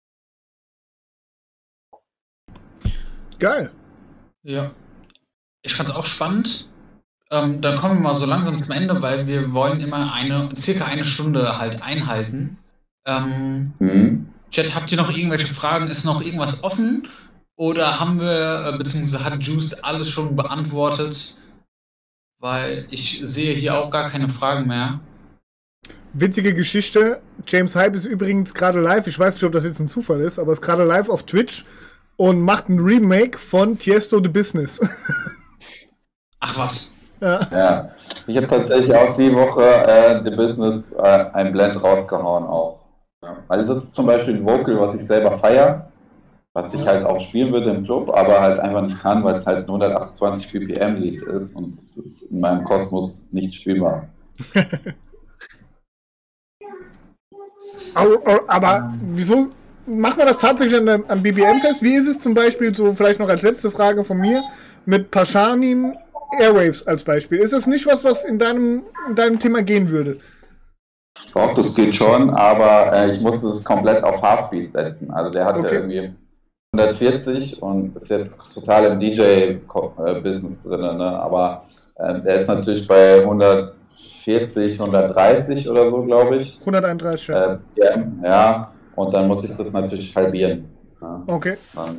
Geil. Ja. Ich fand es auch spannend. Dann kommen wir mal so langsam zum Ende, weil wir wollen immer circa eine Stunde halt einhalten. Chat, habt ihr noch irgendwelche Fragen? Ist noch irgendwas offen? Oder haben wir, beziehungsweise hat Juiced alles schon beantwortet? Weil ich sehe hier auch gar keine Fragen mehr. Witzige Geschichte. James Hype ist übrigens gerade live. Ich weiß nicht, ob das jetzt ein Zufall ist, aber ist gerade live auf Twitch und macht ein Remake von Tiesto The Business. Ach was. Ja. Ich habe tatsächlich auch die Woche The Business ein Blend rausgehauen auch. Ja. Also das ist zum Beispiel ein Vocal, was ich selber feiere, was ich halt auch spielen würde im Club, aber halt einfach nicht kann, weil es halt ein 128 BPM Lied ist und es ist in meinem Kosmos nicht spielbar. Aber wieso macht man das tatsächlich an BPM fest? Wie ist es zum Beispiel, so vielleicht noch als letzte Frage von mir, mit Pashanim Airwaves als Beispiel? Ist das nicht was in deinem Thema gehen würde? Doch, das geht schon, aber ich musste es komplett auf Halfbeat setzen. Also der hat ja irgendwie 140 und ist jetzt total im DJ-Business drin, ne? Aber der ist natürlich bei 140, 130 oder so, glaube ich. 131, ja, und dann muss ich das natürlich halbieren. Ja. Okay.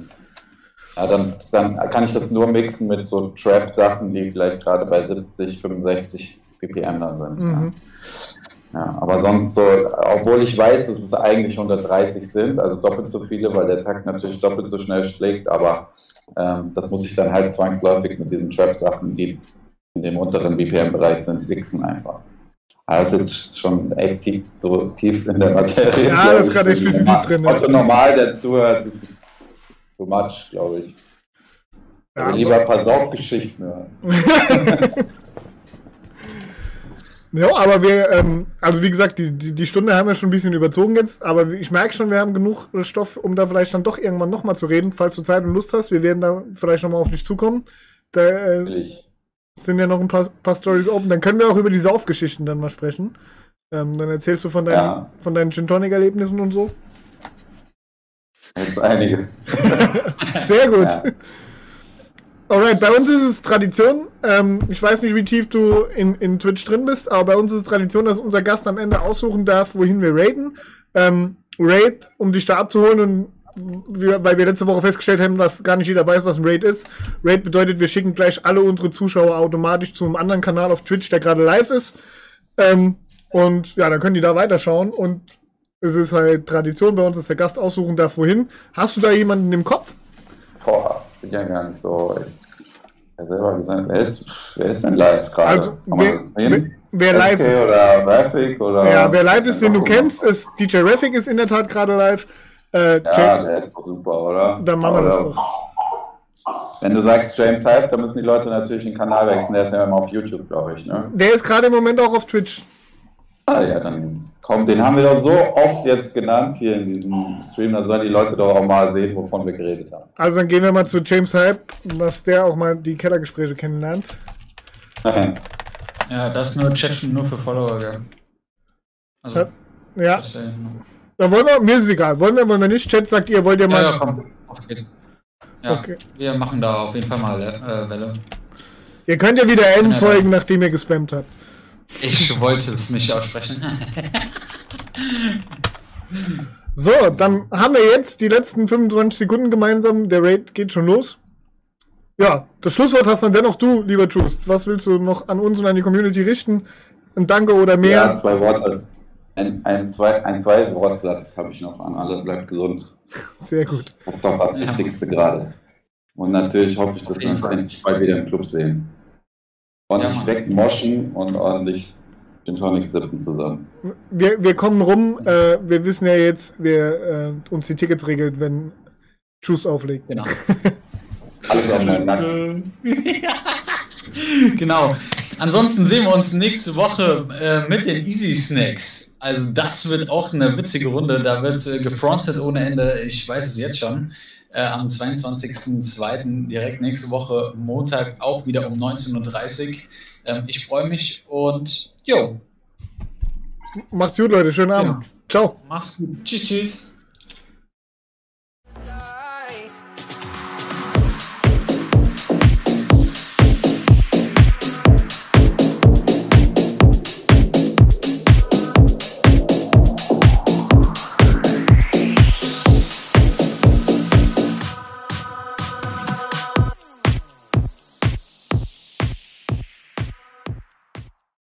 Dann kann ich das nur mixen mit so Trap-Sachen, die vielleicht gerade bei 70, 65 BPM dann sind. Mhm. Ja, aber sonst so, obwohl ich weiß, dass es eigentlich 130 sind, also doppelt so viele, weil der Takt natürlich doppelt so schnell schlägt, aber das muss ich dann halt zwangsläufig mit diesen Trap-Sachen, die in dem unteren BPM-Bereich sind, mixen einfach. Also jetzt schon echt so tief in der Materie. Ja, das ist gerade echt viel drin. Ja. Normal, der zuhört, das ist too much, glaube ich. Ja, aber lieber ein paar Saufgeschichten hören. Ja, aber wir, also wie gesagt, die Stunde haben wir schon ein bisschen überzogen jetzt, aber ich merke schon, wir haben genug Stoff, um da vielleicht dann doch irgendwann nochmal zu reden, falls du Zeit und Lust hast. Wir werden da vielleicht nochmal auf dich zukommen. Da sind ja noch ein paar Storys open. Dann können wir auch über die Saufgeschichten dann mal sprechen. Dann erzählst du von deinen Gin Tonic Erlebnissen und so. Jetzt einige. Sehr gut. Ja. Alright, bei uns ist es Tradition. Ich weiß nicht, wie tief du in Twitch drin bist, aber bei uns ist es Tradition, dass unser Gast am Ende aussuchen darf, wohin wir raiden. Raid, um dich da abzuholen und weil wir letzte Woche festgestellt haben, dass gar nicht jeder weiß, was ein Raid ist. Raid bedeutet, wir schicken gleich alle unsere Zuschauer automatisch zu einem anderen Kanal auf Twitch, der gerade live ist. Und ja, dann können die da weiterschauen. Und es ist halt Tradition bei uns, dass der Gast aussuchen darf, wohin. Hast du da jemanden im Kopf? Boah, bin ja gar nicht so. Selber gesagt, wer ist denn live gerade? Also, wer live ist? Oder Rafik oder. Ja, wer live ist, den du kennst, ist DJ Rafik ist in der Tat gerade live. Ja, der ist doch super, oder? Dann machen wir das doch. Wenn du sagst James Hype, dann müssen die Leute natürlich den Kanal wechseln. Der ist ja immer auf YouTube, glaube ich. Ne? Der ist gerade im Moment auch auf Twitch. Ah ja, dann komm, den haben wir doch so oft jetzt genannt hier in diesem Stream. Da sollen die Leute doch auch mal sehen, wovon wir geredet haben. Also dann gehen wir mal zu James Hype, dass der auch mal die Kellergespräche kennenlernt. Ja, das ist nur Chat nur für Follower, gell? Also, ja. Da wollen wir, mir ist es egal. Wollen wir nicht? Chat sagt ihr, wollt ihr mal. Ja, komm. Auf geht's. Ja, okay. Wir machen da auf jeden Fall mal Welle. Ihr könnt ja wieder N folgen, nachdem ihr gespammt habt. Ich wollte es nicht aussprechen. So, dann haben wir jetzt die letzten 25 Sekunden gemeinsam. Der Raid geht schon los. Ja, das Schlusswort hast dann dennoch du, lieber Just. Was willst du noch an uns und an die Community richten? Ein Danke oder mehr? Ja, 2 Worte. Ein Zwei-Wortsatz habe ich noch an alle. Bleibt gesund. Sehr gut. Das ist doch das Wichtigste gerade. Und natürlich hoffe ich, dass wir uns endlich bald wieder im Club sehen. Ordentlich wegmoschen und ordentlich den Tonic sippen zusammen. Wir kommen rum. Wir wissen ja jetzt, wer uns die Tickets regelt, wenn Just auflegt. Genau. Alles auf meinen Nacken. Genau. Ansonsten sehen wir uns nächste Woche mit den Easy Snacks. Also das wird auch eine witzige Runde. Da wird gefrontet ohne Ende. Ich weiß es jetzt schon. Am 22.02. direkt nächste Woche Montag auch wieder um 19:30 Uhr. Ich freue mich und jo. Macht's gut, Leute. Schönen Abend. Ja. Ciao. Mach's gut. Tschüss, tschüss.